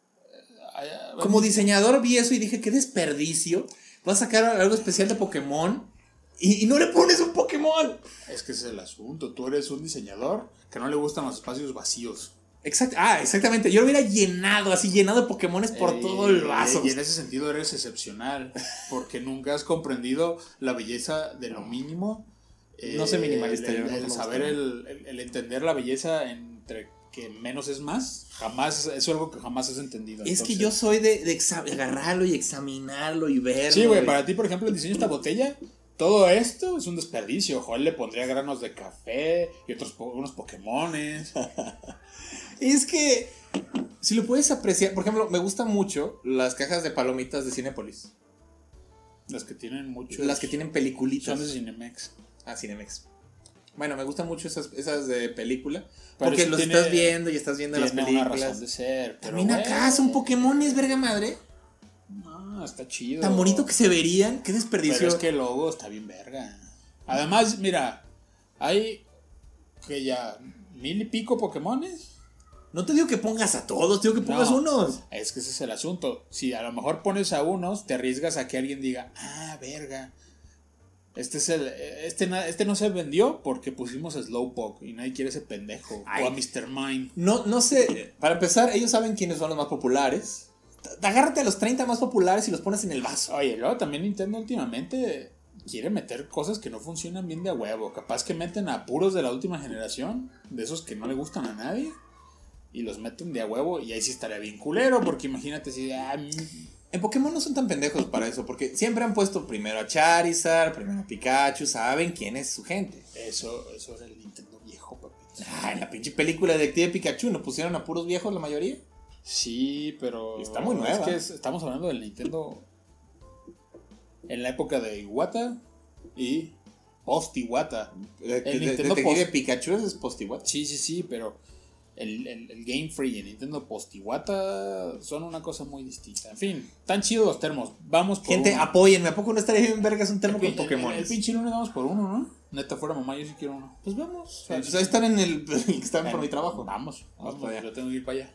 como diseñador vi eso y dije, qué desperdicio. Vas a sacar algo especial de Pokémon y, y no le pones un Pokémon. Es que ese es el asunto. Tú eres un diseñador que no le gustan los espacios vacíos. Exacto, ah, exactamente. Yo lo hubiera llenado, así llenado de Pokémones por eh, todo el vaso. Y en ese sentido eres excepcional, porque nunca has comprendido la belleza de lo mínimo. Eh, no soy minimalista. El, el, no el saber, el, el, el entender la belleza entre que menos es más, jamás, eso es algo que jamás has entendido. Es entonces, que yo soy de, de agarrarlo y examinarlo y verlo. Sí, güey, y... para ti, por ejemplo, el diseño de esta botella, todo esto es un desperdicio. Joder, le pondría granos de café y otros unos Pokémones. Es que, si lo puedes apreciar, por ejemplo, me gustan mucho las cajas de palomitas de Cinépolis. Las que tienen mucho. Las que tienen peliculitas. Son de Cinemex. Ah, Cinemex. Bueno, me gustan mucho esas, esas de película. Pero porque los tiene, estás viendo y estás viendo las películas. Tiene una razón de ser. Pero también bueno, acá son Pokémones, verga madre. No, está chido. Tan bonito que se verían. Qué desperdicio. Pero es que el logo está bien verga. Además, mira, Hay que ya mil y pico Pokémones. No te digo que pongas a todos, te digo que pongas No, unos. Es que ese es el asunto. Si a lo mejor pones a unos, te arriesgas a que alguien diga, ah, verga. Este es el. Este, na- este no se vendió porque pusimos a Slowpoke y nadie quiere ese pendejo. Ay. O a mister Mime. No, no sé, para empezar, ellos saben quiénes son los más populares. T- Agárrate a los treinta más populares y los pones en el vaso. Oye, luego también Nintendo últimamente quiere meter cosas que no funcionan bien de a huevo. Capaz que meten a puros de la última generación, de esos que no le gustan a nadie, y los meten de a huevo. Y ahí sí estaría bien culero, porque imagínate si. Ah, mm, En Pokémon no son tan pendejos para eso, porque siempre han puesto primero a Charizard, primero a Pikachu, saben quién es su gente. eso, eso era el Nintendo viejo, papi. Ah, en la pinche película de Detective Pikachu no pusieron a puros viejos la mayoría. Sí, pero. Está muy nueva. Es que es- estamos hablando del Nintendo en la época de Iwata y post Iwata. De- El de- Nintendo Detective post- Pikachu es post-igual. Sí, sí, sí, pero el, el, el Game Freak y el Nintendo post Iwata son una cosa muy distinta. En fin, tan chidos los termos. Vamos por Gente, uno. apóyenme, ¿a poco no estaría bien vergas un termo El, con el- Pokémon? el pinche lunes vamos por uno, ¿no? Neta, fuera mamá, yo sí quiero uno. Pues vamos. Sí, O sí. sea, están en el, el que están por Bueno, mi trabajo. Vamos, Vamos vamos, para allá. yo tengo que ir para allá.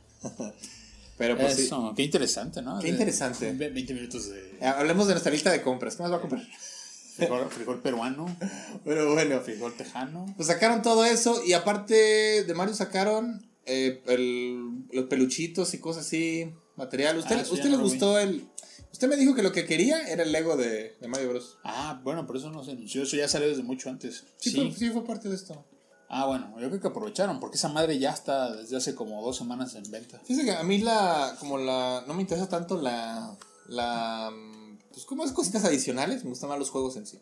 Pero pues sí. Eso, qué interesante, ¿no? Qué De- interesante. ve- veinte minutos de Eh, Hablemos de nuestra lista de compras. ¿Qué más va a comprar? frijol, frijol peruano, Pero bueno, frijol tejano. pues sacaron todo eso y aparte de Mario sacaron eh, el- los peluchitos y cosas así, material. ¿Usted, Ah, eso ya usted no le lo vi. gustó el...? Usted me dijo que lo que quería era el Lego de, de Mario Bros. Ah, bueno, pero eso no se anunció, eso ya salió desde mucho antes. Sí, Sí. Fue, sí fue parte de esto. Ah, bueno, yo creo que aprovecharon, porque esa madre ya está desde hace como dos semanas en venta. Fíjese que a mí la... como la... no me interesa tanto la... la... pues como es cositas adicionales, me gustan más los juegos en sí.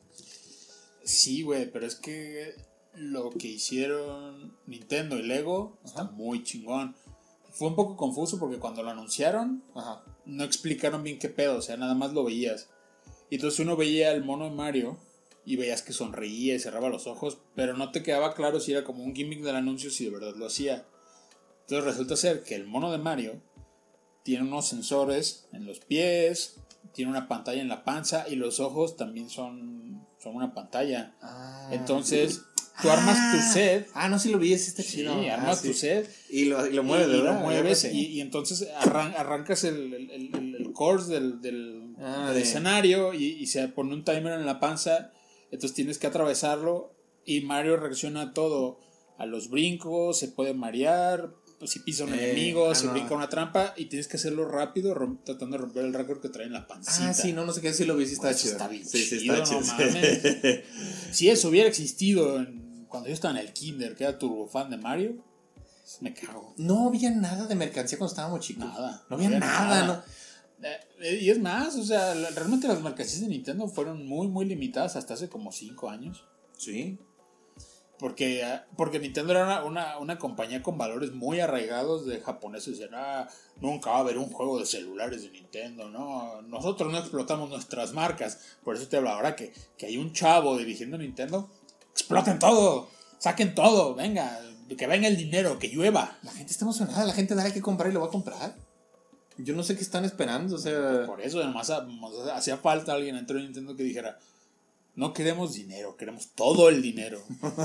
Sí, güey, pero es que lo que hicieron Nintendo y Lego está Ajá. muy chingón. Fue un poco confuso porque cuando lo anunciaron Ajá. no explicaron bien qué pedo, o sea, nada más lo veías. Y entonces uno veía el mono de Mario y veías que sonreía y cerraba los ojos, pero no te quedaba claro si era como un gimmick del anuncio, si de verdad lo hacía. Entonces resulta ser que el mono de Mario tiene unos sensores en los pies, tiene una pantalla en la panza y los ojos también son, son una pantalla. Ah. Entonces tú armas tu set. Ah, no, sí lo vi, sí está Sí, chido. armas Ah, sí. tu set Y lo, y lo y- mueves, y, ¿verdad? lo mueves Sí. y, y entonces arran- arrancas el, el, el, el course del, del, Ah, del de- escenario y, y se pone un timer en la panza, entonces tienes que atravesarlo y Mario reacciona a todo, a los brincos, se puede marear, pues, si pisa un Eh, enemigo, ah, se no. brinca una trampa y tienes que hacerlo rápido rom- tratando de romper el récord que trae en la pancita. Ah, sí, no, no sé qué, sí lo vi, sí está Eso chido. está bien sí, sí, chido, está no chido. mames. Si eso hubiera existido en- cuando yo estaba en el kinder, que era turbofan de Mario, me cago. No había nada de mercancía cuando estábamos chicos. Nada. No había nada, ¿no? Eh, Y es más, o sea, la- realmente las mercancías de Nintendo fueron muy, muy limitadas hasta hace como cinco años. Sí. Porque, eh, porque Nintendo era una, una, una compañía con valores muy arraigados de japoneses. Decían, ah, nunca va a haber un juego de celulares de Nintendo, ¿no? Nosotros no explotamos nuestras marcas. Por eso te hablo ahora que, que hay un chavo dirigiendo Nintendo. ¡Exploten todo! ¡Saquen todo! ¡Venga! ¡Que venga el dinero! ¡Que llueva! La gente está emocionada, la gente dará que comprar y lo va a comprar. Yo no sé qué están esperando, o sea... Por eso, además, hacía falta alguien dentro de Nintendo que dijera: no queremos dinero, queremos todo el dinero.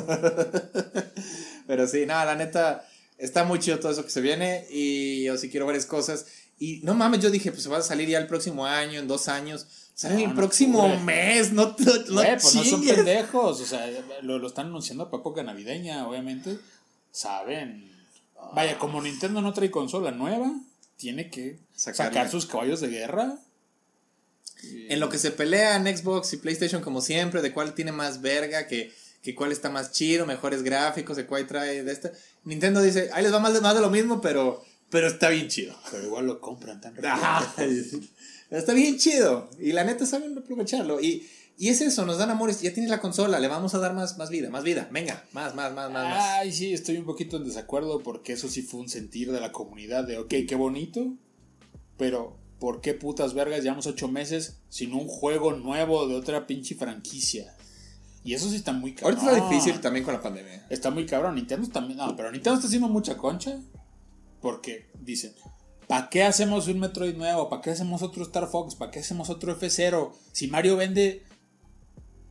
Pero sí, nada, la neta, está muy chido todo eso que se viene y yo sí quiero varias cosas. Y no mames, yo dije, pues se va a salir ya el próximo año, en dos años. Sale No, el no, próximo güey. mes, no, no, no Güey, pues no son chingues. pendejos. O sea, lo, lo están anunciando para época navideña, obviamente. Saben. Vaya, como Nintendo no trae consola nueva, tiene que Sacarle. sacar sus caballos de guerra. En lo que se pelean Xbox y PlayStation como siempre, de cuál tiene más verga, que, que cuál está más chido, mejores gráficos, de cuál trae de esta. Nintendo dice, ahí les va más de, más de lo mismo, pero, pero está bien chido. Pero igual lo compran tan Ajá. rápido. Está bien chido. Y la neta saben aprovecharlo. Y, y es eso, nos dan amores. Ya tienes la consola, le vamos a dar más, más vida, más vida. Venga, más, más, más, más, más. Ay, sí, estoy un poquito en desacuerdo porque eso sí fue un sentir de la comunidad de, ok, qué bonito, pero ¿por qué putas vergas llevamos ocho meses sin un juego nuevo de otra pinche franquicia? Y eso sí está muy cabrón. Ahorita está difícil también con la pandemia. Está muy cabrón. Nintendo también. No, pero Nintendo está haciendo mucha concha. Porque dicen, ¿para qué hacemos un Metroid nuevo? ¿Para qué hacemos otro Star Fox? ¿Para qué hacemos otro F cero? Si Mario vende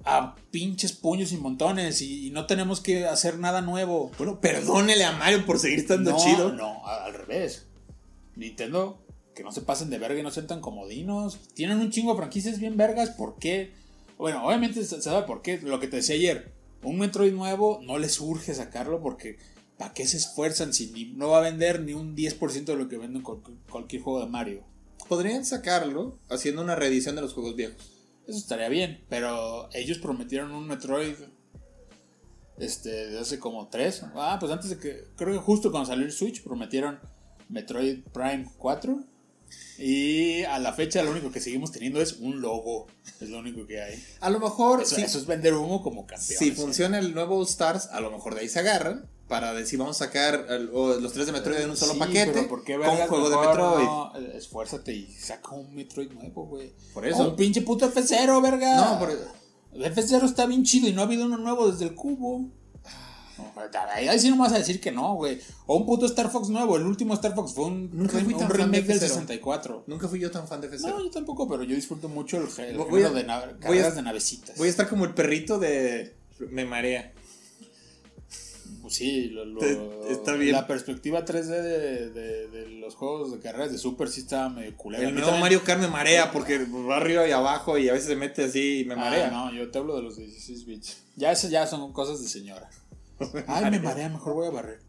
a pinches puños y montones y, y no tenemos que hacer nada nuevo. Bueno, perdónele a Mario por seguir estando no, chido. No, al revés. Nintendo, que no se pasen de verga y no sean tan comodinos. Tienen un chingo de franquicias bien vergas. ¿Por qué? Bueno, obviamente se sabe por qué. Lo que te decía ayer. Un Metroid nuevo no les urge sacarlo porque ¿para qué se esfuerzan si ni, no va a vender ni un diez por ciento de lo que venden con cualquier juego de Mario? Podrían sacarlo haciendo una reedición de los juegos viejos. Eso estaría bien, pero ellos prometieron un Metroid este, de hace como tres. Ah, pues antes de que, creo que justo cuando salió el Switch prometieron Metroid Prime cuatro. Y a la fecha lo único que seguimos teniendo es un logo. Es lo único que hay. A lo mejor Eso, sí, eso es vender humo como campeón. si funciona el nuevo All Stars, a lo mejor de ahí se agarran para decir vamos a sacar el- o los tres de Metroid en un solo Sí, paquete pero ¿por qué con vergas juego de mejor Metroid. no, eh, esfuérzate y saca un Metroid nuevo, güey. Por eso. O un pinche puto F cero, verga. No, por- El F cero está bien chido y no ha habido uno nuevo desde el cubo. No, ahí, ahí sí no me vas a decir que no, güey. O un puto Star Fox nuevo. El último Star Fox fue un, Nunca fui un tan fan de remake del F cero. sesenta y cuatro. Nunca fui yo tan fan de F cero. No, yo tampoco, pero yo disfruto mucho el, el Voy a- género de na- voy a- carreras de navecitas. Voy a estar como el perrito de Me Marea. Pues sí, lo- lo- Te- está bien. la perspectiva tres D de, de, de los juegos de carreras de Super sí estaba medio culera. A El mí nuevo también- Mario Kart me marea porque va arriba y abajo y a veces se mete así y me Ah, marea. no, yo te hablo de los dieciséis bits. Ya eso ya son cosas de señora. Ay, me marea, mejor voy a barrer.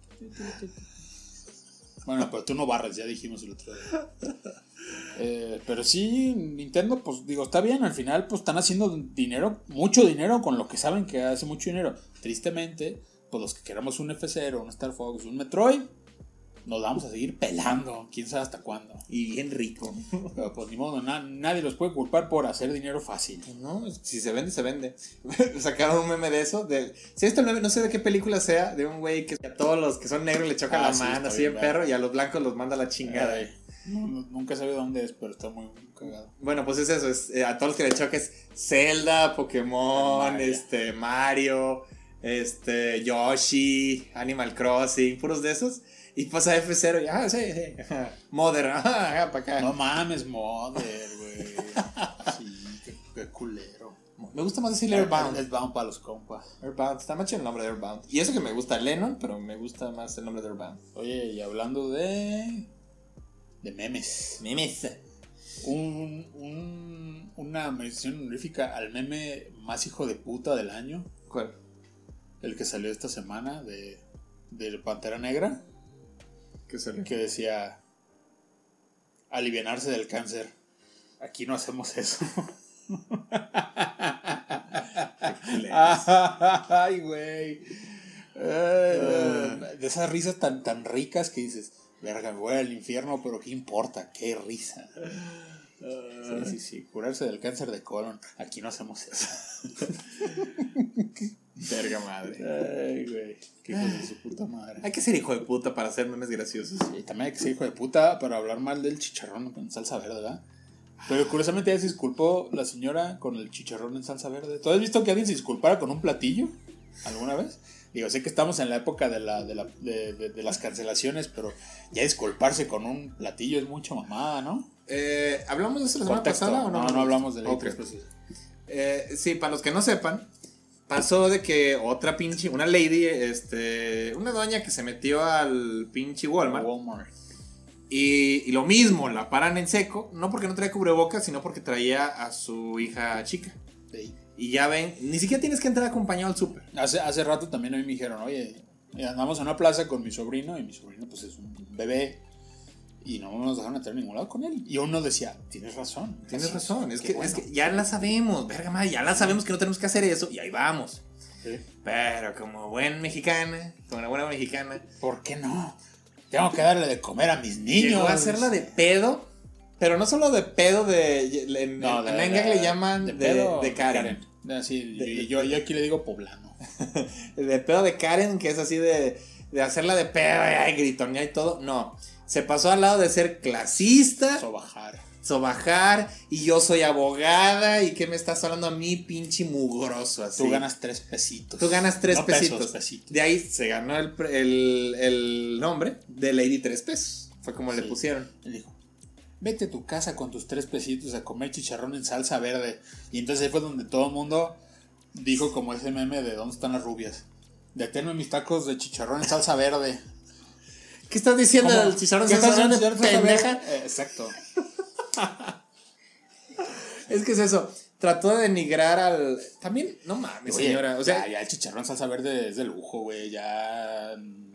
Bueno, pero tú no barres, ya dijimos el otro día. Eh, pero sí, Nintendo, pues digo, está bien, al final pues están haciendo dinero, mucho dinero con lo que saben que hace mucho dinero. Tristemente, pues los que queramos un F cero, un Star Fox, un Metroid, nos vamos a seguir pelando, quién sabe hasta cuándo. Y bien rico. Pero pues ni modo, na- nadie los puede culpar por hacer dinero fácil. No, si se vende, se vende. Sacaron un meme de eso. De, si esto el meme, no sé de qué película sea, de un güey que a todos los que son negros le choca Ah, la sí, mano, está así bien en verga. perro, y a los blancos los manda a la chingada. Ay, no, no, nunca he sabido dónde es, pero está muy cagado. Bueno, pues es eso, es, eh, a todos los que le choca es Zelda, Pokémon, Mario. este, Mario, este, Yoshi, Animal Crossing, puros de esos. Y pasa F cero y, ah, sí, sí, Mother, ah, para acá. No mames, Mother, güey. Sí, qué, qué culero. Me gusta más decirle Airbound. Airbound para los compas. Airbound, está más chido el nombre de Airbound. Y eso que me gusta Lennon, pero me gusta más el nombre de Airbound. Oye, y hablando de. de memes. Memes. Un, un, una mención honorífica al meme más hijo de puta del año. ¿Cuál? El que salió esta semana de. de Pantera Negra. ¿Qué salió? Que decía. Alivianarse del cáncer. Aquí no hacemos eso. Ay, güey. De esas risas tan, tan ricas que dices, verga, me voy al infierno, pero qué importa, qué risa. Sí, sí, sí. Curarse del cáncer de colon. Aquí no hacemos eso. Verga madre. Ay, güey. Qué hijo de su puta madre. Hay que ser hijo de puta para hacer memes graciosos. Y también hay que ser hijo de puta para hablar mal del chicharrón con salsa verde, ¿verdad? Pero curiosamente ya se disculpó la señora con el chicharrón en salsa verde. ¿Tú has visto que alguien se disculpara con un platillo alguna vez? Digo, sé que estamos en la época de, la, de, la, de, de, de las cancelaciones, pero ya disculparse con un platillo es mucha mamada, ¿no? Eh, ¿Hablamos de eso la semana Contexto. pasada o no? No, no hablamos de la Ok. E tres. Eh, sí, para los que no sepan, pasó de que otra pinche, una lady, este, una doña que se metió al pinche Walmart. Walmart. Y, y lo mismo, la paran en seco, no porque no traía cubrebocas, sino porque traía a su hija chica. Sí. Y ya ven, ni siquiera tienes que entrar acompañado al súper. Hace, hace rato también a mí me dijeron, oye, andamos en una plaza con mi sobrino y mi sobrino pues es un bebé y no nos dejaron entrar a ningún lado con él. Y uno decía, tienes razón. Tienes gracias, razón, es qué que, bueno". es que ya la sabemos, verga madre, ya la sabemos que no tenemos que hacer eso y ahí vamos. Sí. Pero como buen mexicana, como una buena mexicana, ¿Por qué no? Tengo que darle de comer a mis niños. llegó a hacerla de pedo, pero no solo de pedo de... En, No, en de, Menga de- le llaman de, pedo, de Karen. Ah, sí, De- y yo, yo aquí le digo poblano. De pedo de Karen, que es así de, de hacerla de pedo, ay, gritonear y todo. No, se pasó al lado de ser clasista, Sobajar. sobajar, y yo soy abogada, y que me estás hablando a mí, pinche mugroso, así. Tú ganas tres pesitos. Tú ganas tres No pesitos. pesos, pesitos. De ahí se ganó el, pre- el, el nombre de Lady Tres Pesos. Fue como le Sí. pusieron. Él dijo, vete a tu casa con tus tres pesitos a comer chicharrón en salsa verde. Y entonces ahí fue donde todo el mundo dijo como ese meme de ¿dónde están las rubias? Deténme mis tacos de chicharrón en salsa verde. ¿Qué estás diciendo ¿Cómo? del chicharrón ¿Qué en salsa estás verde, diciendo? pendeja? Eh, exacto. Es que es eso. Trató de denigrar al. También, no mames, Oye, señora. O sea, ya, ya el chicharrón en salsa verde es de lujo, güey. Ya.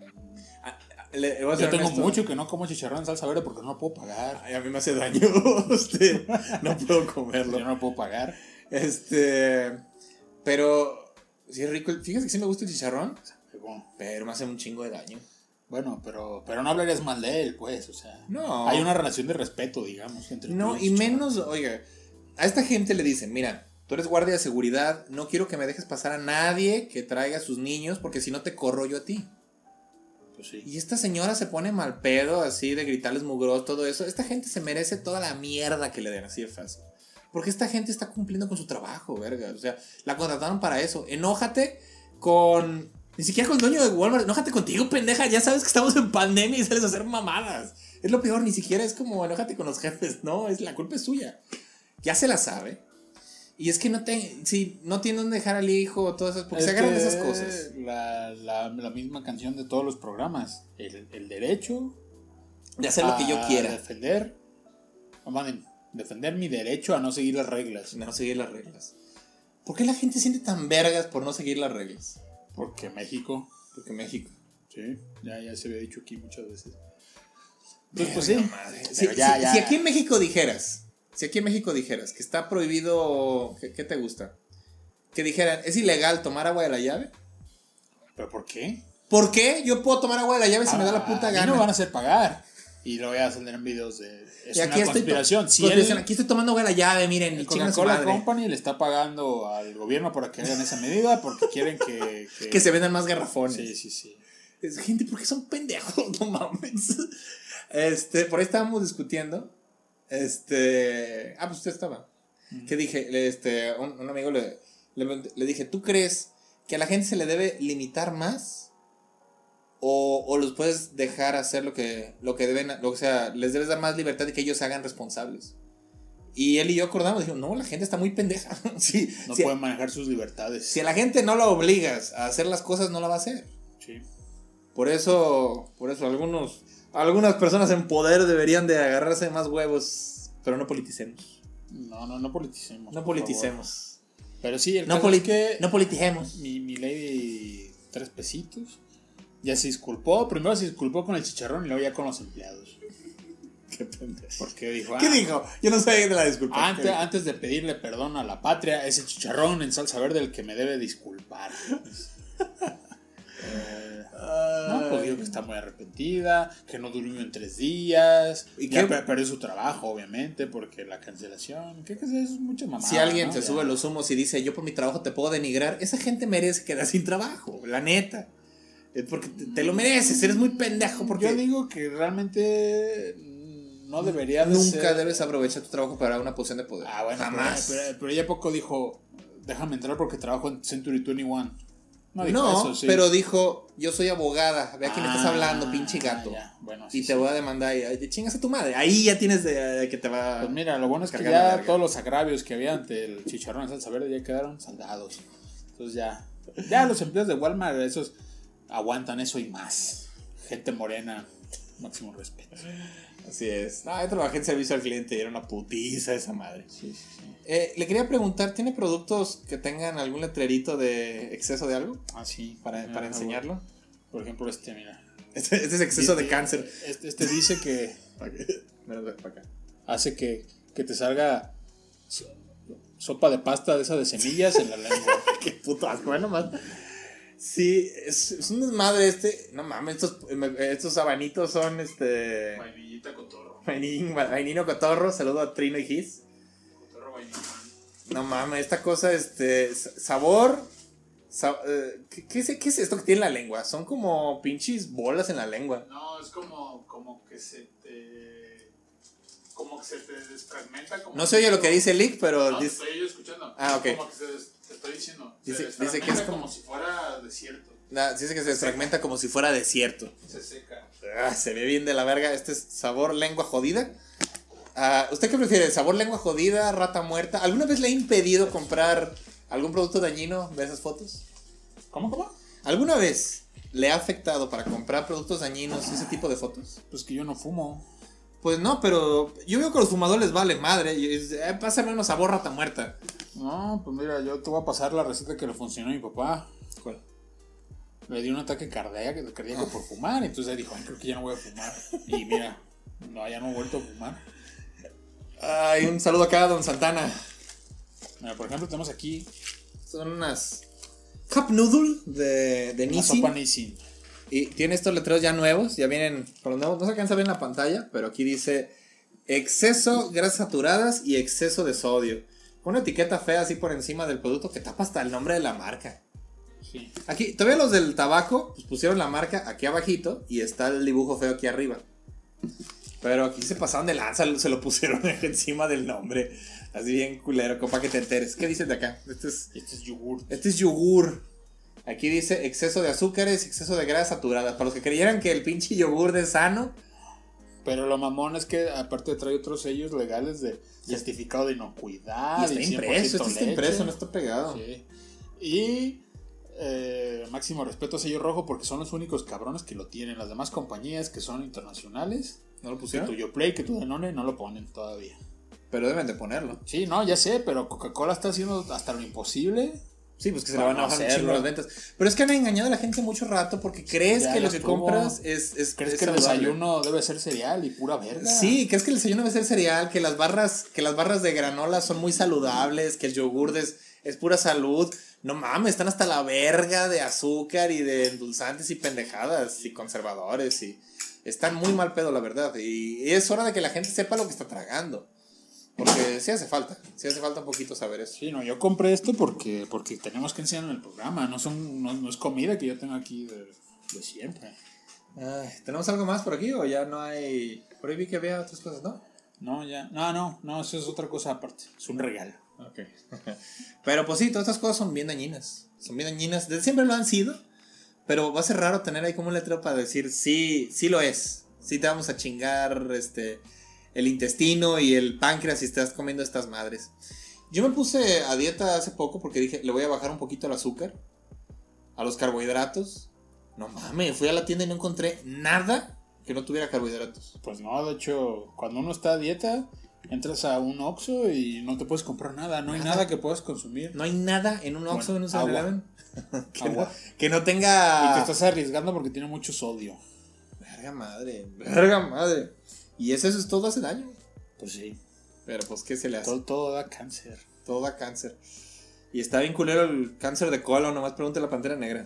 le, le voy a ser Yo tengo honesto. mucho que no como chicharrón en salsa verde porque no lo puedo pagar. Ay, a mí me hace daño. Este, no puedo comerlo. Yo no lo puedo pagar. Este. Pero. Sí es rico. Fíjate que sí me gusta el chicharrón. Bueno, Pero me hace un chingo de daño. Bueno, pero, pero no hablarías mal de él, pues. O sea, No. hay una relación de respeto, digamos. Entre tú No, el y chicharrón. menos, oiga, a esta gente le dicen, mira, tú eres guardia de seguridad, no quiero que me dejes pasar a nadie que traiga a sus niños porque si no te corro yo a ti. Pues sí. Y esta señora se pone mal pedo así de gritarles mugrosos, todo eso. Esta gente se merece toda la mierda que le den, así de fácil. Porque esta gente está cumpliendo con su trabajo, verga. O sea, la contrataron para eso. Enójate con... Ni siquiera con el dueño de Walmart. Enójate contigo, pendeja. Ya sabes que estamos en pandemia y sales a hacer mamadas. Es lo peor, ni siquiera es como enójate con los jefes. No, es la culpa es suya. Ya se la sabe. Y es que no te... Si no tiene dónde dejar al hijo, todas esas... Porque Es se agarran de que esas cosas. La, la, la misma canción de todos los programas. El, el derecho De hacer lo que yo a quiera. Defender. Más bien, defender mi derecho a no seguir las reglas. No seguir las reglas. ¿Por qué la gente siente tan vergas por no seguir las reglas? Porque México. Porque México. Sí, ya, ya se había dicho aquí muchas veces. Entonces, pues sí. Verga madre. Si, Pero ya, si- ya. si aquí en México dijeras, si aquí en México dijeras que está prohibido, ¿qué, qué te gusta? Que dijeran, es ilegal tomar agua de la llave. ¿Pero por qué? ¿Por qué? Yo puedo tomar agua de la llave si me da la puta a mí gana. no van a hacer pagar. Y lo voy a hacer en videos de. Es Y aquí una estoy to- conspiración. Si conspiración, él, aquí estoy tomando agua de la llave, miren, el y chinga su Coca-Cola madre. Company le está pagando al gobierno para que hagan esa medida porque quieren que. Que, Que se vendan más garrafones. Sí, sí, sí. Es, gente, ¿por qué son pendejos? No mames. Este, por ahí estábamos discutiendo. Este. Ah, pues usted estaba. Mm. Que dije, le- este, un, un amigo le, le, le dije, ¿tú crees que a la gente se le debe limitar más? O, o los puedes dejar hacer lo que, lo que deben, o sea, les debes dar más libertad y que ellos se hagan responsables. Y él y yo acordamos, dijimos, no, la gente está muy pendeja. Sí, No si, pueden manejar sus libertades. si a la gente no la obligas a hacer las cosas, no la va a hacer. Sí. Por eso, por eso algunos, algunas personas en poder deberían de agarrarse más huevos, pero no politicemos. No, no, no politicemos. No por politicemos. favor. Pero sí, el No, caso poli- es que no politicemos. mi, mi lady tres pesitos ya se disculpó. Primero se disculpó con el chicharrón y luego ya con los empleados. Qué pendejo. Porque dijo, ¿Qué ah, dijo? Yo no sabía de la disculpa. Antes, antes de pedirle perdón a la patria, ese chicharrón en salsa verde el que me debe disculpar. Eh, no, pues digo que está muy arrepentida, que no durmió en tres días, ¿Y y que qué? per- perdió su trabajo, obviamente, porque la cancelación, ¿qué que eso es mucha mamada? Si alguien ¿no? se Ya. sube los humos y dice, yo por mi trabajo te puedo denigrar, esa gente merece quedar sin trabajo, la neta. Es porque te, te lo mereces, eres muy pendejo. Porque Yo digo que realmente mm, no debería de nunca ser- debes aprovechar tu trabajo para una posición de poder. Ah, bueno, jamás. Pero, pero, pero ella poco dijo, déjame entrar porque trabajo en Century veintiuno. No, dijo No, eso, sí. pero dijo, yo soy abogada, ve a quién estás Ah, hablando, pinche gato. ya, bueno, sí, Y te sí. voy a demandar y ay, chingas a tu madre. Ahí ya tienes de, de que te va. Pues mira, lo bueno es que cargar la ya verga. todos los agravios que había ante el chicharrón en salsa verde ya quedaron saldados. Entonces ya, ya los empleados de Walmart, esos aguantan eso y más. Gente morena, máximo respeto. Así es. No, yo trabajé en servicio al cliente y era una putiza esa madre. Sí, sí, sí. Eh, le quería preguntar, ¿tiene productos que tengan algún letrerito de exceso de algo? Ah, sí. Para, para Ah, enseñarlo. Por ejemplo, este, mira. Este, este es exceso de Este- cáncer. Este, este dice que Ven para acá. hace que, que te salga so- sopa de pasta de esa de semillas en la lengua. Qué puto asco, bueno, más. Sí, es, es un desmadre este. No mames, estos, estos abanitos son este. Vainillita cotorro. Vainín- Vainino Cotorro, saludo a Trino y Gis. Cotorro vainilla. No mames, esta cosa, este. s- Sabor. sa- eh, ¿qué, qué, es, ¿Qué es esto que tiene en la lengua? Son como pinches bolas en la lengua. No, es como, como que se te. Como que se te desfragmenta. Como No se oye lo que dice Lick, pero. No, te dice- estoy yo escuchando. Ah, ok. Como que se des- te estoy diciendo. Se Dice- desfragmenta dice que es como- como si fuera desierto. nah, dice que se desfragmenta como si fuera desierto. Se seca. Ah, se ve bien de la verga. Este es sabor lengua jodida. Ah, ¿usted qué prefiere? ¿Sabor lengua jodida, rata muerta? ¿Alguna vez le he impedido comprar ¿Algún producto dañino de esas fotos? ¿Cómo, cómo? ¿Alguna vez le ha afectado para comprar productos dañinos ese tipo de fotos? Pues que yo no fumo. Pues no, pero yo veo que a los fumadores les vale madre. Y es, eh, pásame una sabor rata muerta. No, pues mira, yo te voy a pasar la receta que le funcionó a mi papá. ¿Cuál? Le dio un ataque cardíaco, cardíaco por fumar. Entonces dijo, ay, creo que ya no voy a fumar. Y mira, no, ya no he vuelto a fumar. Ay, un saludo acá a Don Santana. Mira, por ejemplo, tenemos aquí Son unas Cup Noodle de, de una Nissin. sopa Nissin. Y tiene estos letreros ya nuevos. Ya vienen con los nuevos. No se alcanza a ver en la pantalla, pero aquí dice exceso grasas saturadas y exceso de sodio. Con una etiqueta fea así por encima del producto que tapa hasta el nombre de la marca. Sí. Aquí, todavía los del tabaco, pues pusieron la marca aquí abajito y está el dibujo feo aquí arriba. Pero aquí se pasaron de lanza, se lo pusieron encima del nombre. Así bien culero, como para que te enteres. ¿Qué dicen de acá? Este es, Este es yogur. este es yogur. Aquí dice exceso de azúcares, exceso de grasas saturadas. Para los que creyeran que el pinche yogur es sano. Pero lo mamón es que aparte trae otros sellos legales de certificado de inocuidad. Y está y impreso, este está leche. impreso, no está pegado. Sí. Y eh, máximo respeto a sello rojo porque son los únicos cabrones que lo tienen. Las demás compañías que son internacionales, ¿No lo que pusieron? tu Yoplait, que tu Danone, no lo ponen todavía. Pero deben de ponerlo. Sí, no, ya sé, pero Coca-Cola está haciendo hasta lo imposible. Sí, pues que se le Para van a bajar un hacerlo. chingo las ventas. Pero es que han engañado a la gente mucho rato porque crees Ya que lo las que tuvo. compras es, es ¿Crees es que el saludable. desayuno debe ser cereal y pura verga? Sí, crees que el desayuno debe ser cereal, que las barras, que las barras de granola son muy saludables, que el yogur es, es pura salud. No mames, están hasta la verga de azúcar y de endulzantes y pendejadas y conservadores y están muy mal pedo, la verdad. Y es hora de que la gente sepa lo que está tragando. Porque sí hace falta, sí hace falta un poquito saber eso. Sí, no, yo compré esto porque, porque tenemos que enseñar en el programa. No, son, no, no es comida que yo tengo aquí de, de siempre. Ay, ¿tenemos algo más por aquí o ya no hay? Por ahí vi que había otras cosas, ¿no? No, ya. No, no, no, eso es otra cosa aparte. Es un regalo. Ok. Pero pues sí, todas estas cosas son bien dañinas. Son bien dañinas. Desde siempre lo han sido. Pero va a ser raro tener ahí como un letrero para decir sí, sí lo es. Sí te vamos a chingar este el intestino y el páncreas si estás comiendo estas madres. Yo me puse a dieta hace poco porque dije, le voy a bajar un poquito el azúcar, a los carbohidratos. No mames, fui a la tienda y no encontré nada que no tuviera carbohidratos. Pues no, de hecho, cuando uno está a dieta, entras a un Oxxo y no te puedes comprar nada. No hay Nada. nada que puedas consumir. No hay nada en un Oxxo, Bueno, en un seven agua. eleven que, no, Agua. que no tenga... Y te estás arriesgando porque tiene mucho sodio. Verga madre, verga madre. Y eso, eso es todo hace daño. Pues sí. Pero pues, ¿qué se le hace? Todo, todo da cáncer. Todo da cáncer. Y está bien culero el cáncer de colon, nomás pregunte la Pantera Negra.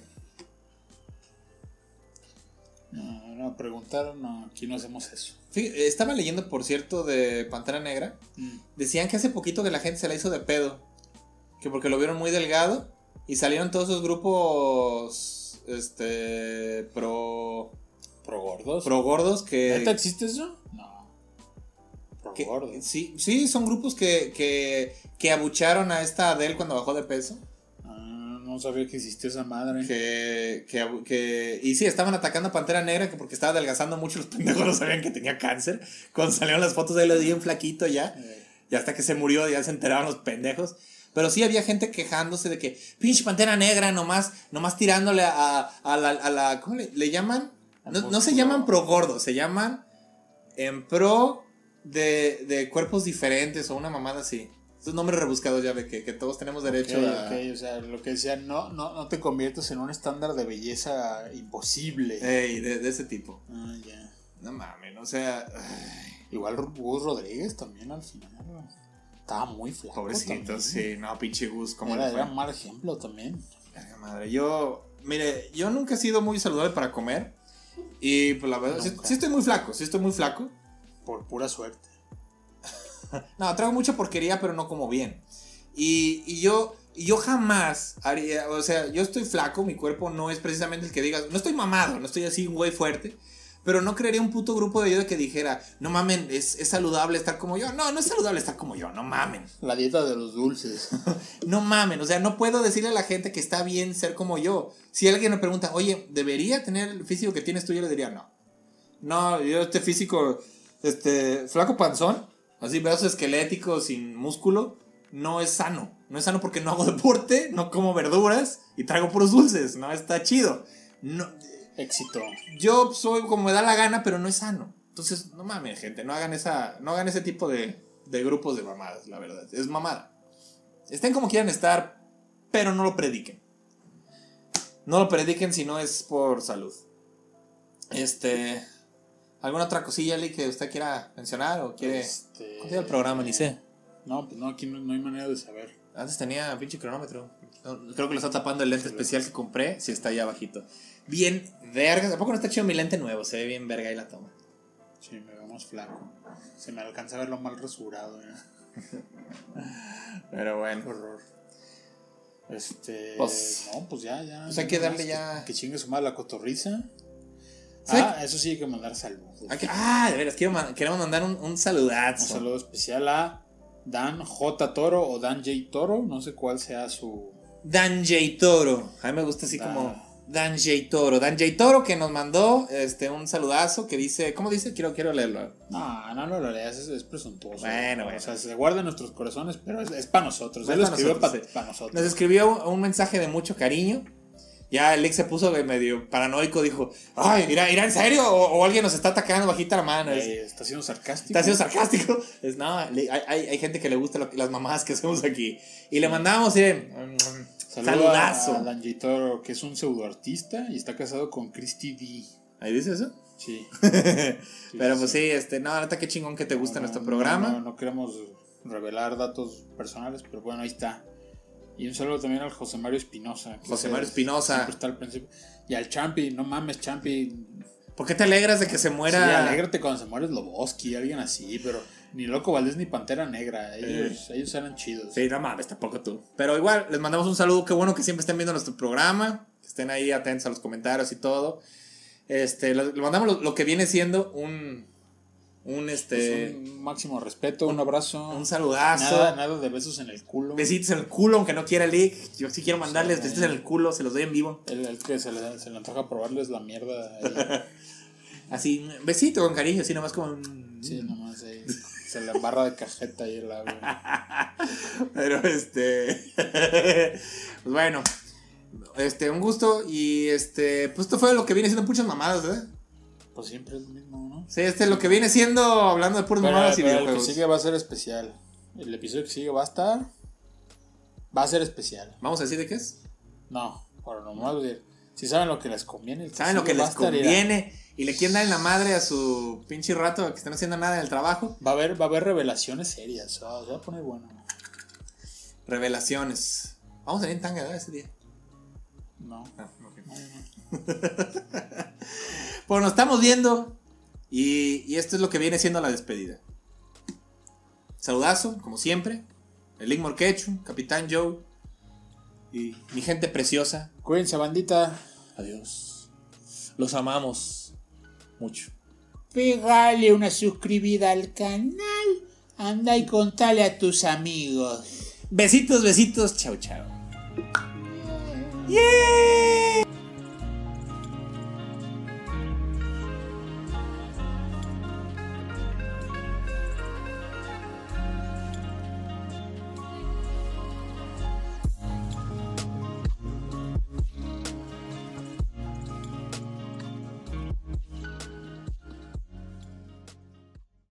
No, no, preguntaron, no, aquí no hacemos eso. Fíjate, estaba leyendo, por cierto, de Pantera Negra. Mm. Decían que hace poquito que la gente se la hizo de pedo. Que porque lo vieron muy delgado. Y salieron todos esos grupos. Este. Pro. ¿Pro gordos? Pro gordos que. ¿Neta existe eso? No. Pro que- gordos. sí, sí, son grupos que, que. que abucharon a esta Adele cuando bajó de peso. Ah, no sabía que existía esa madre. Que, que, abu- que. Y sí, estaban atacando a Pantera Negra. Que porque estaba adelgazando mucho. Los pendejos no sabían que tenía cáncer. Cuando salieron las fotos de él, lo di bien flaquito ya. Eh, Y hasta que se murió, ya se enteraron los pendejos. Pero sí había gente quejándose de que, pinche Pantera Negra, nomás, nomás tirándole a, a, la, a la. ¿Cómo le, le llaman? No, no se llaman pro gordos, se llaman en pro de, de cuerpos diferentes o una mamada así. Esos nombres rebuscados, ya ve que, que todos tenemos derecho ok, a. ok, o sea, lo que decía, no, no, no te conviertas en un estándar de belleza imposible. Ey, de, de ese tipo. Ah, ya. No mames, o sea. Ay, Igual Gus Rodríguez también al final. ¿no? Estaba muy flaco. pobrecito, también. sí, no, pinche Gus, ¿cómo Era, le fue? era un mal ejemplo también. Verga madre, yo, mire, yo nunca he sido muy saludable para comer. Y pues la verdad, sí, Nunca. sí estoy muy flaco, sí estoy muy flaco. Por pura suerte. No, traigo mucha porquería, pero no como bien. Y, y yo, y yo jamás haría, o sea, yo estoy flaco, mi cuerpo no es precisamente el que digas, no estoy mamado, no estoy así un güey fuerte. Pero no crearía un puto grupo de ayuda que dijera, no mamen, es, es saludable estar como yo. No, no es saludable estar como yo, no mamen. La dieta de los dulces. No mamen, o sea, no puedo decirle a la gente que está bien ser como yo. Si alguien me pregunta, oye, ¿debería tener el físico que tienes tú? Yo le diría, no. No, yo este físico, este, flaco panzón, así brazos esqueléticos, sin músculo, no es sano. No es sano porque no hago deporte, no como verduras y traigo puros dulces. No está chido. No, éxito. Yo soy como me da la gana, pero no es sano. Entonces, no mames, gente. No hagan, esa, no hagan ese tipo de, de grupos de mamadas, la verdad. Es mamada. Estén como quieran estar, pero no lo prediquen. No lo prediquen si no es por salud. Este... ¿Alguna otra cosilla, Lee, que usted quiera mencionar o quiere...? Este... ¿Cómo se llama el programa? Ni sé. No, pues no, aquí no, no hay manera de saber. Antes tenía pinche cronómetro. Creo que lo está tapando el lente especial que compré. Sí, está ahí abajito. Bien verga. ¿A poco no está chido mi lente nuevo? Se ve bien verga ahí la toma. Sí, me veo más flaco. Se me alcanza a ver lo mal rasurado. ¿eh? Pero bueno. Qué horror. Este... Pues, no, pues ya, ya. Pues hay que darle ya... Que, que chingue su madre la cotorriza. ¿Sí? Ah, eso sí hay que mandar saludos. Que, ah, de veras, quiero, queremos mandar un, un saludazo. Un saludo especial a Dan J. Toro o Dan J. Toro. No sé cuál sea su... Dan J. Toro. A mí me gusta así Dan. como... Dan J. Toro. Dan J. Toro que nos mandó este, un saludazo que dice... ¿Cómo dice? Quiero, quiero leerlo. No, no, no lo leas, es, es presuntuoso. Bueno, ¿no? bueno. O sea, se guarda en nuestros corazones, pero es, es para nosotros. Es Él lo pa' escribió para nosotros, sí. pa nosotros. Nos escribió un mensaje de mucho cariño. Ya el ex se puso medio paranoico. Dijo, ay, ¿irá, irá en serio? O, o alguien nos está atacando bajita la mano. Es, Eh, está siendo sarcástico. Está siendo sarcástico. Es, no, hay, hay, hay gente que le gusta lo, las mamadas que hacemos aquí. Y le mandamos, eh, Saludo saludazo. a Dan J. Toro, que es un pseudoartista y está casado con Christy D. ¿Ahí dice eso? Sí. Pero pues sí, este, no, neta, qué chingón que te gusta no, nuestro no, programa. No, no queremos revelar datos personales, pero bueno, ahí está. Y un saludo también al José Mario Espinosa. José Mario Espinosa. Siempre está al principio. Y al Champi, no mames, Champi. ¿Por qué te alegras de que se muera? Sí, alégrate cuando se muere Sloboski, alguien así, pero ni Loco Valdés ni Pantera Negra. Ellos, eh. ellos eran chidos. Sí, no mames, tampoco tú. Pero igual, les mandamos un saludo. Qué bueno que siempre estén viendo nuestro programa. Que estén ahí atentos a los comentarios y todo. Este, le mandamos lo, lo que viene siendo un. Un este. Pues un máximo respeto, un abrazo. Un saludazo. Nada, nada de besos en el culo. Besitos en el culo, aunque no quiera el leak. Yo sí quiero mandarles sí, besitos en el culo, se los doy en vivo. El, el que se le, se le antoja probarles la mierda. Así, besito con cariño, así nomás como. Sí, nomás ahí. Se le embarra de cajeta ahí el labio. Pero este. Pues bueno. Este, un gusto. Y este. Pues esto fue lo que viene siendo muchas mamadas, ¿verdad? Pues siempre es lo mismo, ¿no? Sí, este lo que viene siendo hablando de puras pero, mamadas y pero videojuegos. El que sigue va a ser especial. El episodio que sigue va a estar. Va a ser especial. ¿Vamos a decir de qué es? No, bueno, nomás decir. Si saben lo que les conviene. El que saben lo que les conviene. Irá. Y le quieren dar en la madre a su pinche rato que están haciendo nada en el trabajo. Va a haber, va a haber revelaciones serias. Oh, se va a poner bueno. Revelaciones. Vamos a salir en tanga, ¿verdad? Ese día. No. Ah, okay. no, no. Pues nos estamos viendo. Y, y esto es lo que viene siendo la despedida. Saludazo, como siempre. El Lick Morquechu, Capitán Joe. Y mi gente preciosa. Cuídense, bandita. Adiós. Los amamos mucho. Pégale una suscribida al canal. Anda y contale a tus amigos. Besitos, besitos. Chau, chau. Yeah.